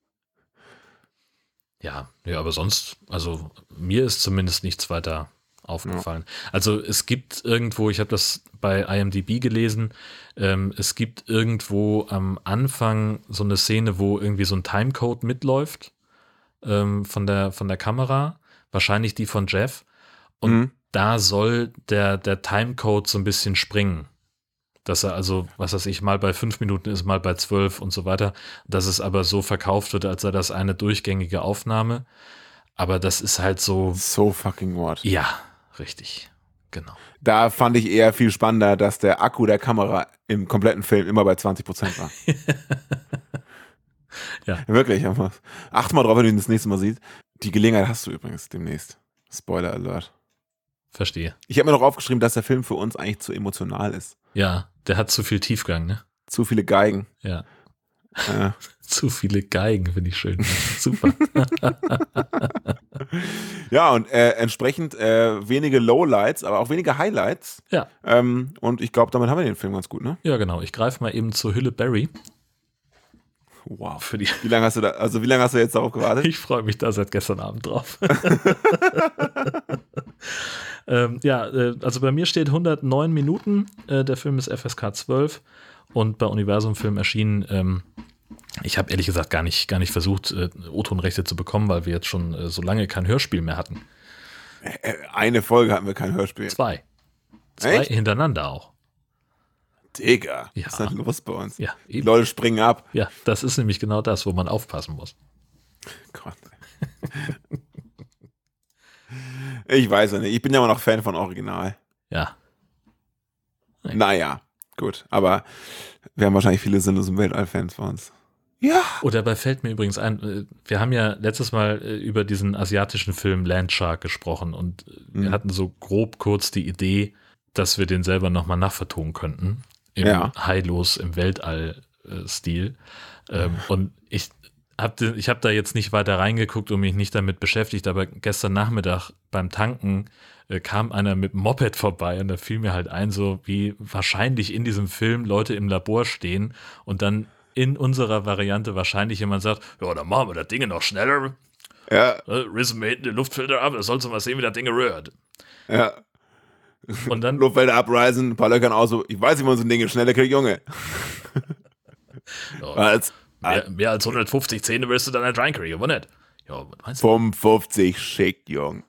Ja, ja, aber sonst, also mir ist zumindest nichts weiter aufgefallen. Ja. Also es gibt irgendwo, ich habe das bei I M D B gelesen, ähm, es gibt irgendwo am Anfang so eine Szene, wo irgendwie so ein Timecode mitläuft ähm, von der, von der Kamera, wahrscheinlich die von Jeff. Und mhm. da soll der, der Timecode so ein bisschen springen. Dass er also, was weiß ich, mal bei fünf Minuten ist, mal bei zwölf und so weiter. Dass es aber so verkauft wird, als sei das eine durchgängige Aufnahme. Aber das ist halt so... So fucking what? Ja, richtig. Genau. Da fand ich eher viel spannender, dass der Akku der Kamera im kompletten Film immer bei zwanzig Prozent war. Ja. Wirklich. Acht mal drauf, wenn du ihn das nächste Mal siehst. Die Gelegenheit hast du übrigens demnächst. Spoiler Alert. Verstehe. Ich habe mir noch aufgeschrieben, dass der Film für uns eigentlich zu emotional ist. Ja, der hat zu viel Tiefgang, ne? Zu viele Geigen. Ja. Äh. Zu viele Geigen, finde ich schön. Super. Ja, und äh, entsprechend äh, wenige Lowlights, aber auch wenige Highlights. Ja. Ähm, und ich glaube, damit haben wir den Film ganz gut, ne? Ja, genau. Ich greife mal eben zur Hülle Berry. Wow. Für die wie lange hast du da, also wie lange hast du jetzt darauf gewartet? Ich freue mich da seit gestern Abend drauf. ähm, ja, äh, also bei mir steht hundertneun Minuten. Äh, der Film ist F S K zwölf und bei Universum Film erschienen. Ähm, ich habe ehrlich gesagt gar nicht, gar nicht versucht, äh, O-Ton-Rechte zu bekommen, weil wir jetzt schon äh, so lange kein Hörspiel mehr hatten. Äh, eine Folge hatten wir kein Hörspiel. Zwei. Zwei Echt? Hintereinander auch. Digga, ja. was ist denn los bei uns? Ja, Die Leute springen ab. Ja, das ist nämlich genau das, wo man aufpassen muss. Gott. Ich weiß ja nicht. Ich bin ja immer noch Fan von Original. Ja. Nein. Naja, gut. Aber wir haben wahrscheinlich viele Sinnlos- und Weltall-Fans bei uns. Ja. Oh, dabei fällt mir übrigens ein, wir haben ja letztes Mal über diesen asiatischen Film Landshark gesprochen und mhm. wir hatten so grob kurz die Idee, dass wir den selber nochmal nachvertonen könnten. Im ja. Heillos, im Weltall-Stil. Ähm, und ich habe ich hab da jetzt nicht weiter reingeguckt und mich nicht damit beschäftigt, aber gestern Nachmittag beim Tanken äh, kam einer mit dem Moped vorbei und da fiel mir halt ein, so wie wahrscheinlich in diesem Film Leute im Labor stehen und dann in unserer Variante wahrscheinlich jemand sagt, ja, dann machen wir das Ding noch schneller. Ja. Äh, rissen wir hinten den Luftfilter ab, da sollst du mal sehen, wie das Ding rührt. Ja. Und dann Luftfelder abreisen, ein paar Löchern aus, so, ich weiß nicht, wie man so ein Ding schneller kriegt, Junge. Ja, als, mehr, mehr als hundertfünfzig Zähne wirst du dann nicht reinkriegen, aber nicht. Ja, was meinst du? fünfundfünfzig schick, Jung.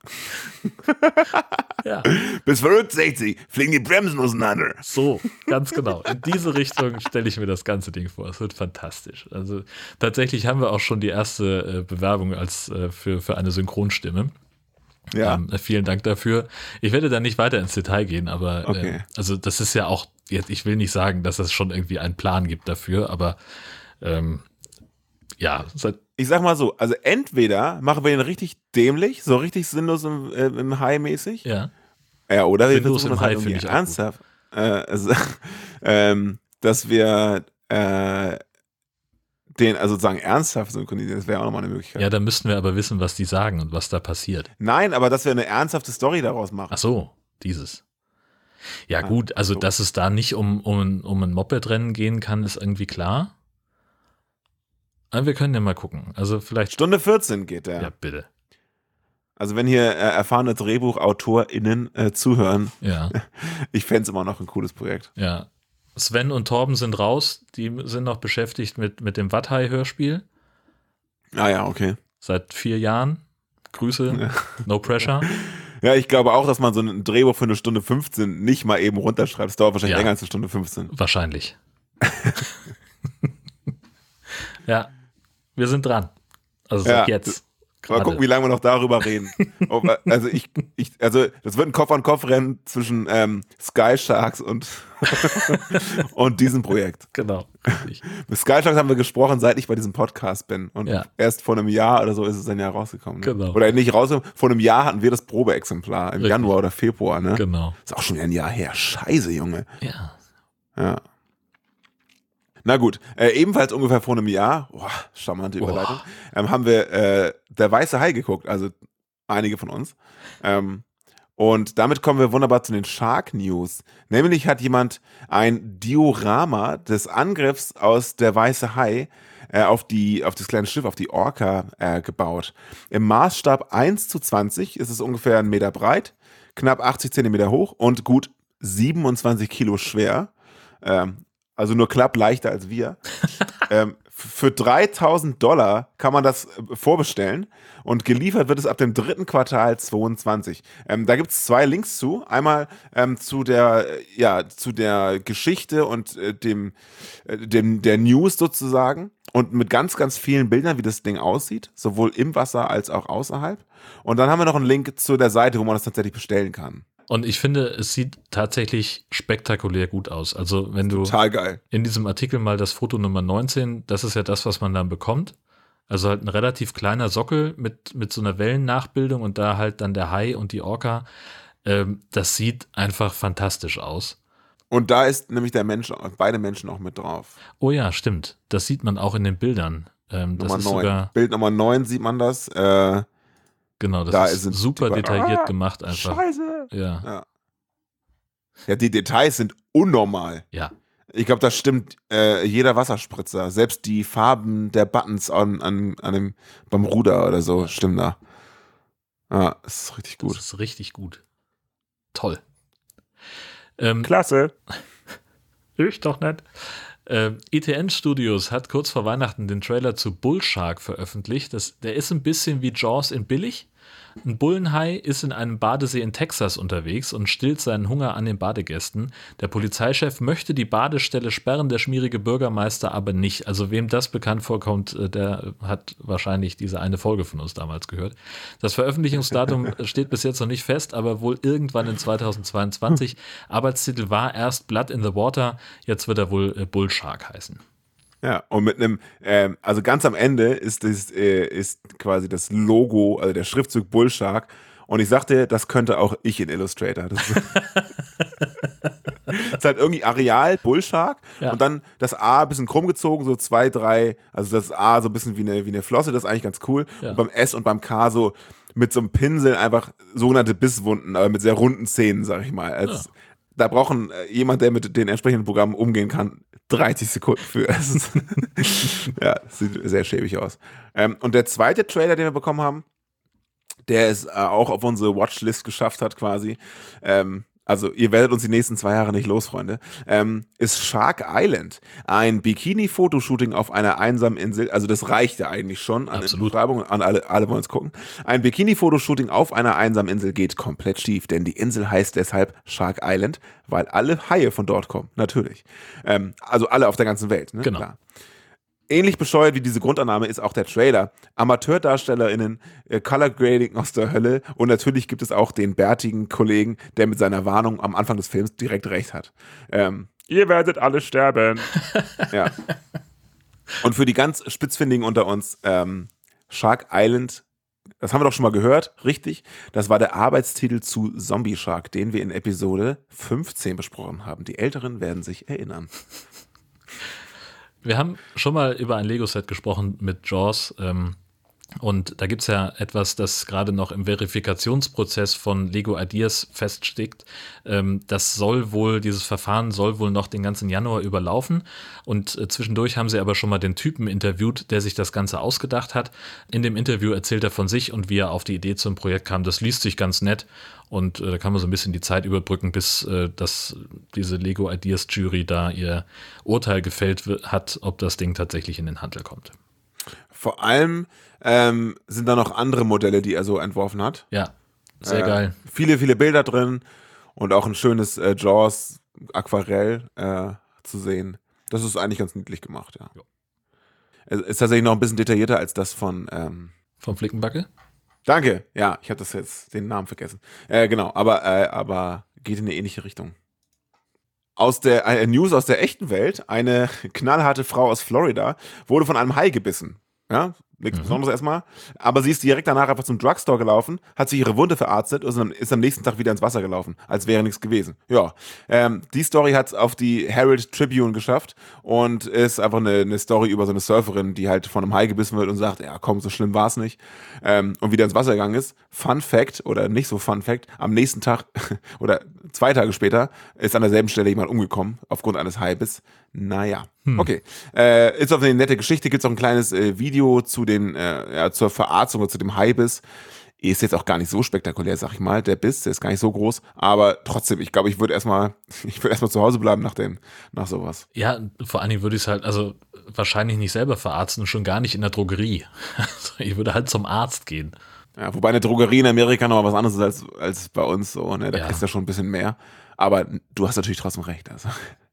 Ja. Bis fünfundsechzig fliegen die Bremsen auseinander. So, ganz genau. In diese Richtung stelle ich mir das ganze Ding vor. Es wird fantastisch. Also tatsächlich haben wir auch schon die erste äh, Bewerbung als äh, für, für eine Synchronstimme. Ja. Ähm, vielen Dank dafür. Ich werde da nicht weiter ins Detail gehen, aber okay. äh, also das ist ja auch, jetzt, ich will nicht sagen, dass es schon irgendwie einen Plan gibt dafür, aber ähm, ja. Ich sag mal so, also entweder machen wir ihn richtig dämlich, so richtig sinnlos im, äh, im High-mäßig. Ja. Ja, oder wir sinnlos versuchen im das halt High irgendwie finde ich ernsthaft. Äh, also, ähm, dass wir äh, den, also sozusagen ernsthaft synchronisieren, das wäre auch nochmal eine Möglichkeit. Ja, dann müssten wir aber wissen, was die sagen und was da passiert. Nein, aber dass wir eine ernsthafte Story daraus machen. Ach so, dieses. Ja gut, also so. dass es da nicht um, um, um ein Moped-Rennen gehen kann, ist irgendwie klar. Aber wir können ja mal gucken. Also vielleicht. Stunde vierzehn geht der. Ja, bitte. Also wenn hier äh, erfahrene DrehbuchautorInnen äh, zuhören, Ja, ich fände es immer noch ein cooles Projekt. ja. Sven und Torben sind raus. Die sind noch beschäftigt mit, mit dem Watthai-Hörspiel. Ah ja, okay. Seit vier Jahren. Grüße. Ja. No pressure. Ja, ich glaube auch, dass man so ein Drehbuch für eine Stunde fünfzehn nicht mal eben runterschreibt. Es dauert wahrscheinlich Ja. länger als eine Stunde fünfzehn. Wahrscheinlich. Ja, wir sind dran. Also seit Ja. jetzt. Mal Gerade. gucken, wie lange wir noch darüber reden. Ob, also ich, ich, also das wird ein Kopf-an-Kopf-Rennen zwischen ähm, Sky Sharks und, und diesem Projekt. Genau, richtig. Mit Sky Sharks haben wir gesprochen, seit ich bei diesem Podcast bin. Und Ja. erst vor einem Jahr oder so ist es dann ja rausgekommen. Ne? Genau. Oder nicht rausgekommen, vor einem Jahr hatten wir das Probeexemplar im Richtig. Januar oder Februar. Ne? Genau. Ist auch schon wieder ein Jahr her. Scheiße, Junge. Ja. Ja. Na gut, äh, ebenfalls ungefähr vor einem Jahr, boah, charmante Boah. Überleitung, ähm, haben wir äh, Der Weiße Hai geguckt, also einige von uns. Ähm, und damit kommen wir wunderbar zu den Shark News. Nämlich hat jemand ein Diorama des Angriffs aus Der Weiße Hai äh, auf, die, auf das kleine Schiff, auf die Orca äh, gebaut. Im Maßstab eins zu zwanzig ist es ungefähr einen Meter breit, knapp achtzig Zentimeter hoch und gut siebenundzwanzig Kilo schwer. Ähm, Also nur knapp leichter als wir. ähm, für dreitausend Dollar kann man das äh, vorbestellen und geliefert wird es ab dem dritten Quartal zweiundzwanzig. Ähm, da gibt es zwei Links zu. Einmal ähm, zu der, äh, ja, zu der Geschichte und äh, dem, äh, dem, der News sozusagen und mit ganz, ganz vielen Bildern, wie das Ding aussieht, sowohl im Wasser als auch außerhalb. Und dann haben wir noch einen Link zu der Seite, wo man das tatsächlich bestellen kann. Und ich finde, es sieht tatsächlich spektakulär gut aus. Also wenn du Total geil. in diesem Artikel mal das Foto Nummer neunzehn, das ist ja das, was man dann bekommt. Also halt ein relativ kleiner Sockel mit, mit so einer Wellennachbildung und da halt dann der Hai und die Orca. Ähm, das sieht einfach fantastisch aus. Und da ist nämlich der Mensch, beide Menschen auch mit drauf. Oh ja, stimmt. Das sieht man auch in den Bildern. Ähm, das Nummer ist neun. sogar, Bild Nummer neun sieht man das. Äh, genau, das da ist sind super die- detailliert Ah, gemacht einfach. Scheiße. Ja, Ja. Ja, die Details sind unnormal. ja. Ich glaube, das stimmt äh, jeder Wasserspritzer. Selbst die Farben der Buttons an, an, an dem, beim Ruder oder so stimmen da. Ja, das ist richtig Das gut. ist richtig gut. Toll. Ähm, Klasse. Ich doch nicht. Ähm, E T N Studios hat kurz vor Weihnachten den Trailer zu Bullshark veröffentlicht. Das, der ist ein bisschen wie Jaws in billig. Ein Bullenhai ist in einem Badesee in Texas unterwegs und stillt seinen Hunger an den Badegästen. Der Polizeichef möchte die Badestelle sperren, der schmierige Bürgermeister aber nicht. Also wem das bekannt vorkommt, äh, der hat wahrscheinlich diese eine Folge von uns damals gehört. Das Veröffentlichungsdatum steht bis jetzt noch nicht fest, aber wohl irgendwann in zweitausendzweiundzwanzig. Arbeitstitel war erst Blood in the Water, jetzt wird er wohl äh, Bullshark heißen. Ja, und mit einem, ähm, also ganz am Ende ist, das, äh, ist quasi das Logo, also der Schriftzug Bullshark. Und ich sagte, das könnte auch ich in Illustrator. Das ist, ist halt irgendwie Areal, Bullshark. Ja. Und dann das A ein bisschen krumm gezogen, so zwei, drei, also das A so ein bisschen wie eine, wie eine Flosse, das ist eigentlich ganz cool. Ja. Und beim S und beim K so mit so einem Pinsel einfach sogenannte Bisswunden, aber mit sehr runden Zähnen, sag ich mal. Also, Ja. Da brauchen äh, jemand, der mit den entsprechenden Programmen umgehen kann, dreißig Sekunden für. Das ist ja, das sieht sehr schäbig aus. Ähm, und der zweite Trailer, den wir bekommen haben, der es äh, auch auf unsere Watchlist geschafft hat quasi, ähm, also ihr werdet uns die nächsten zwei Jahre nicht los, Freunde, ähm, ist Shark Island. Ein Bikini-Fotoshooting auf einer einsamen Insel, also das reicht ja eigentlich schon an Absolut. Beschreibung, an alle, alle wollen es gucken. Ein Bikini-Fotoshooting auf einer einsamen Insel geht komplett schief, denn die Insel heißt deshalb Shark Island, weil alle Haie von dort kommen, natürlich. Ähm, also alle auf der ganzen Welt, ne? Genau. Klar. Ähnlich bescheuert wie diese Grundannahme ist auch der Trailer. AmateurdarstellerInnen, äh, Color Grading aus der Hölle und natürlich gibt es auch den bärtigen Kollegen, der mit seiner Warnung am Anfang des Films direkt recht hat. Ähm, Ihr werdet alle sterben. Ja. Und für die ganz Spitzfindigen unter uns, ähm, Shark Island, das haben wir doch schon mal gehört, richtig? Das war der Arbeitstitel zu Zombie Shark, den wir in Episode fünfzehn besprochen haben. Die Älteren werden sich erinnern. Wir haben schon mal über ein Lego-Set gesprochen mit Jaws. Ähm, Und da gibt es ja etwas, das gerade noch im Verifikationsprozess von Lego Ideas feststeckt. Ähm, das soll wohl, dieses Verfahren soll wohl noch den ganzen Januar überlaufen. Und äh, zwischendurch haben sie aber schon mal den Typen interviewt, der sich das Ganze ausgedacht hat. In dem Interview erzählt er von sich und wie er auf die Idee zum Projekt kam. Das liest sich ganz nett. Und äh, da kann man so ein bisschen die Zeit überbrücken, bis äh, das, diese Lego Ideas Jury da ihr Urteil gefällt hat, ob das Ding tatsächlich in den Handel kommt. Vor allem ähm, sind da noch andere Modelle, die er so entworfen hat. Ja, sehr äh, geil. Viele, viele Bilder drin und auch ein schönes äh, Jaws Aquarell äh, zu sehen. Das ist eigentlich ganz niedlich gemacht, ja. Ja. Es ist tatsächlich noch ein bisschen detaillierter als das von ähm, Vom Flickenbacke? Danke, ja, ich habe das jetzt den Namen vergessen. Äh, genau, aber, äh, aber geht in eine ähnliche Richtung. Aus der äh, News aus der echten Welt: Eine knallharte Frau aus Florida wurde von einem Hai gebissen. Ja, nichts Mhm. Besonderes erstmal. Aber sie ist direkt danach einfach zum Drugstore gelaufen, hat sich ihre Wunde verarztet und ist am nächsten Tag wieder ins Wasser gelaufen, als wäre nichts gewesen. Ja, ähm, die Story hat es auf die Herald Tribune geschafft und ist einfach eine, eine Story über so eine Surferin, die halt von einem Hai gebissen wird und sagt, ja komm, so schlimm war es nicht. Ähm, und wieder ins Wasser gegangen ist. Fun Fact, oder nicht so Fun Fact, am nächsten Tag oder zwei Tage später ist an derselben Stelle jemand umgekommen aufgrund eines Haibiss. Naja, hm. okay. Äh, ist auf eine nette Geschichte, gibt es auch ein kleines äh, Video zu den, äh, ja, zur Verarztung oder zu dem Haibiss. Ist jetzt auch gar nicht so spektakulär, sag ich mal. Der Biss, der ist gar nicht so groß, aber trotzdem, ich glaube, ich würde erstmal, ich würde erstmal zu Hause bleiben nach dem, nach sowas. Ja, vor allen Dingen würde ich es halt, also wahrscheinlich nicht selber verarzten und schon gar nicht in der Drogerie. Also ich würde halt zum Arzt gehen. Ja, wobei eine Drogerie in Amerika noch was anderes ist als, als bei uns so, ne? Da Ja. kriegst du ja schon ein bisschen mehr. Aber du hast natürlich trotzdem recht, also.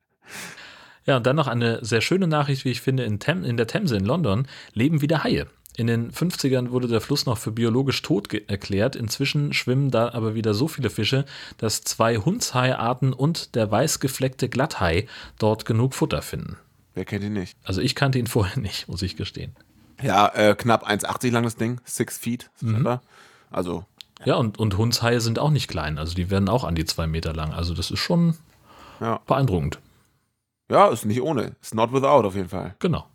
Ja, und dann noch eine sehr schöne Nachricht, wie ich finde, in, Tem in der Themse in London leben wieder Haie. In den fünfzigern wurde der Fluss noch für biologisch tot erklärt. Inzwischen schwimmen da aber wieder so viele Fische, dass zwei Hundshai-Arten und der weißgefleckte Glatthai dort genug Futter finden. Wer kennt ihn nicht? Also ich kannte ihn vorher nicht, muss ich gestehen. Ja, äh, knapp eins Komma achtzig lang das Ding, six feet. Mhm. Also. Ja, und, und Hundshaie sind auch nicht klein. Also die werden auch an die zwei Meter lang. Also das ist schon ja. beeindruckend. Ja, ist nicht ohne. Ist not without auf jeden Fall. Genau.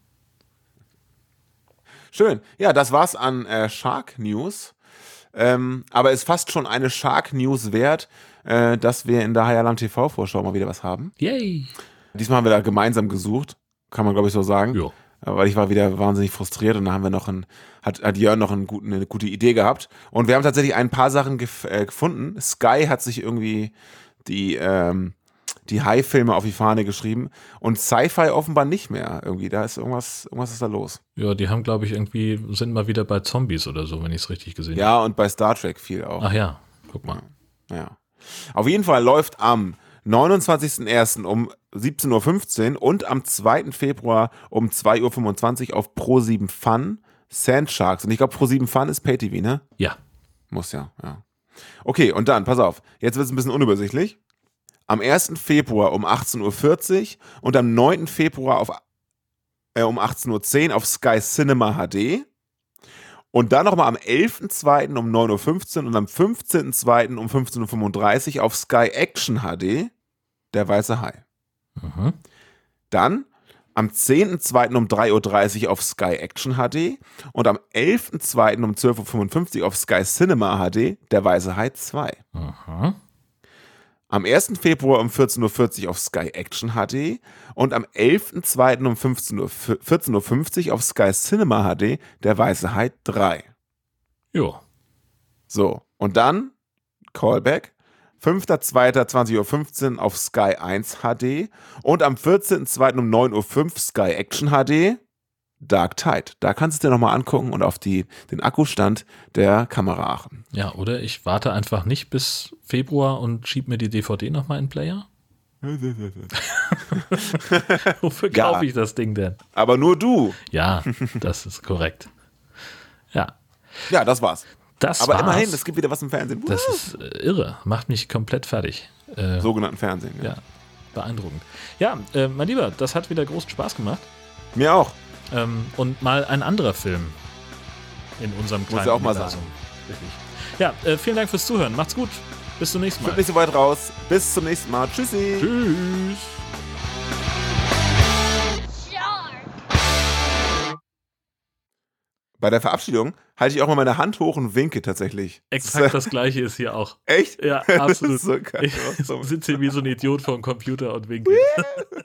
Schön. Ja, das war's an äh, Shark News. Ähm, aber ist fast schon eine Shark News wert, äh, dass wir in der Hayalam T V-Vorschau mal wieder was haben. Yay. Diesmal haben wir da gemeinsam gesucht. Kann man, glaube ich, so sagen. Jo. Weil ich war wieder wahnsinnig frustriert und da haben wir noch ein, hat, hat Jörn noch einen guten, eine gute Idee gehabt. Und wir haben tatsächlich ein paar Sachen gef- äh, gefunden. Sky hat sich irgendwie die, ähm, die Hai-Filme auf die Fahne geschrieben und Sci-Fi offenbar nicht mehr. Irgendwie, da ist irgendwas, irgendwas ist da los. Ja, die haben, glaube ich, irgendwie, sind mal wieder bei Zombies oder so, wenn ich es richtig gesehen habe. Ja, und bei Star Trek viel auch. Ach ja, guck mal. Ja. ja. Auf jeden Fall läuft am neunundzwanzigsten ersten um siebzehn Uhr fünfzehn und am zweiten Februar um zwei Uhr fünfundzwanzig auf Pro sieben Fun Sand Sharks. Und ich glaube, Pro sieben Fun ist Pay-T V, ne? Ja. Muss ja, ja. Okay, und dann, pass auf, jetzt wird es ein bisschen unübersichtlich. Am ersten Februar um achtzehn Uhr vierzig und am neunten Februar auf, äh, um achtzehn Uhr zehn auf Sky Cinema H D. Und dann nochmal am elften zweiten um neun Uhr fünfzehn und am fünfzehnten zweiten um fünfzehn Uhr fünfunddreißig auf Sky Action H D, der weiße Hai. Mhm. Dann am zehnten zweiten um drei Uhr dreißig auf Sky Action H D und am elften zweiten um zwölf Uhr fünfundfünfzig auf Sky Cinema H D, der weiße Hai zwei. Mhm. Am ersten Februar um vierzehn Uhr vierzig auf Sky Action H D und am elften zweiten um fünfzehn Uhr, vierzehn Uhr fünfzig auf Sky Cinema H D, der weiße Hai drei. Jo. So, und dann, Callback, fünfter zweiter zwanzig Uhr fünfzehn auf Sky eins H D und am vierzehnten zweiten um neun Uhr fünf Sky Action H D, Dark Tide. Da kannst du dir nochmal angucken und auf die, den Akkustand der Kamera achten. Ja, oder ich warte einfach nicht bis Februar und schieb mir die D V D nochmal in den Player. Wofür Ja. kaufe ich das Ding denn? Aber nur du. Ja, das ist korrekt. Ja, Ja, das war's. das Aber war's. immerhin, es gibt wieder was im Fernsehen. Das ist äh, irre, macht mich komplett fertig. Äh, Sogenannten Fernsehen. Ja. Ja, beeindruckend. Ja, äh, mein Lieber, das hat wieder großen Spaß gemacht. Mir auch. Ähm, und mal ein anderer Film in unserem kleinen ja auch mal Universum. Richtig. Ja, äh, vielen Dank fürs Zuhören. Macht's gut. Bis zum nächsten Ich bin Mal. nicht so weit raus. Bis zum nächsten Mal. Tschüssi. Tschüss. Bei der Verabschiedung halte ich auch mal meine Hand hoch und winke tatsächlich. Exakt das, das gleiche ist hier auch. Echt? Ja, absolut. Das ist so geil. Ich sitze hier wie so ein Idiot vor dem Computer und winke.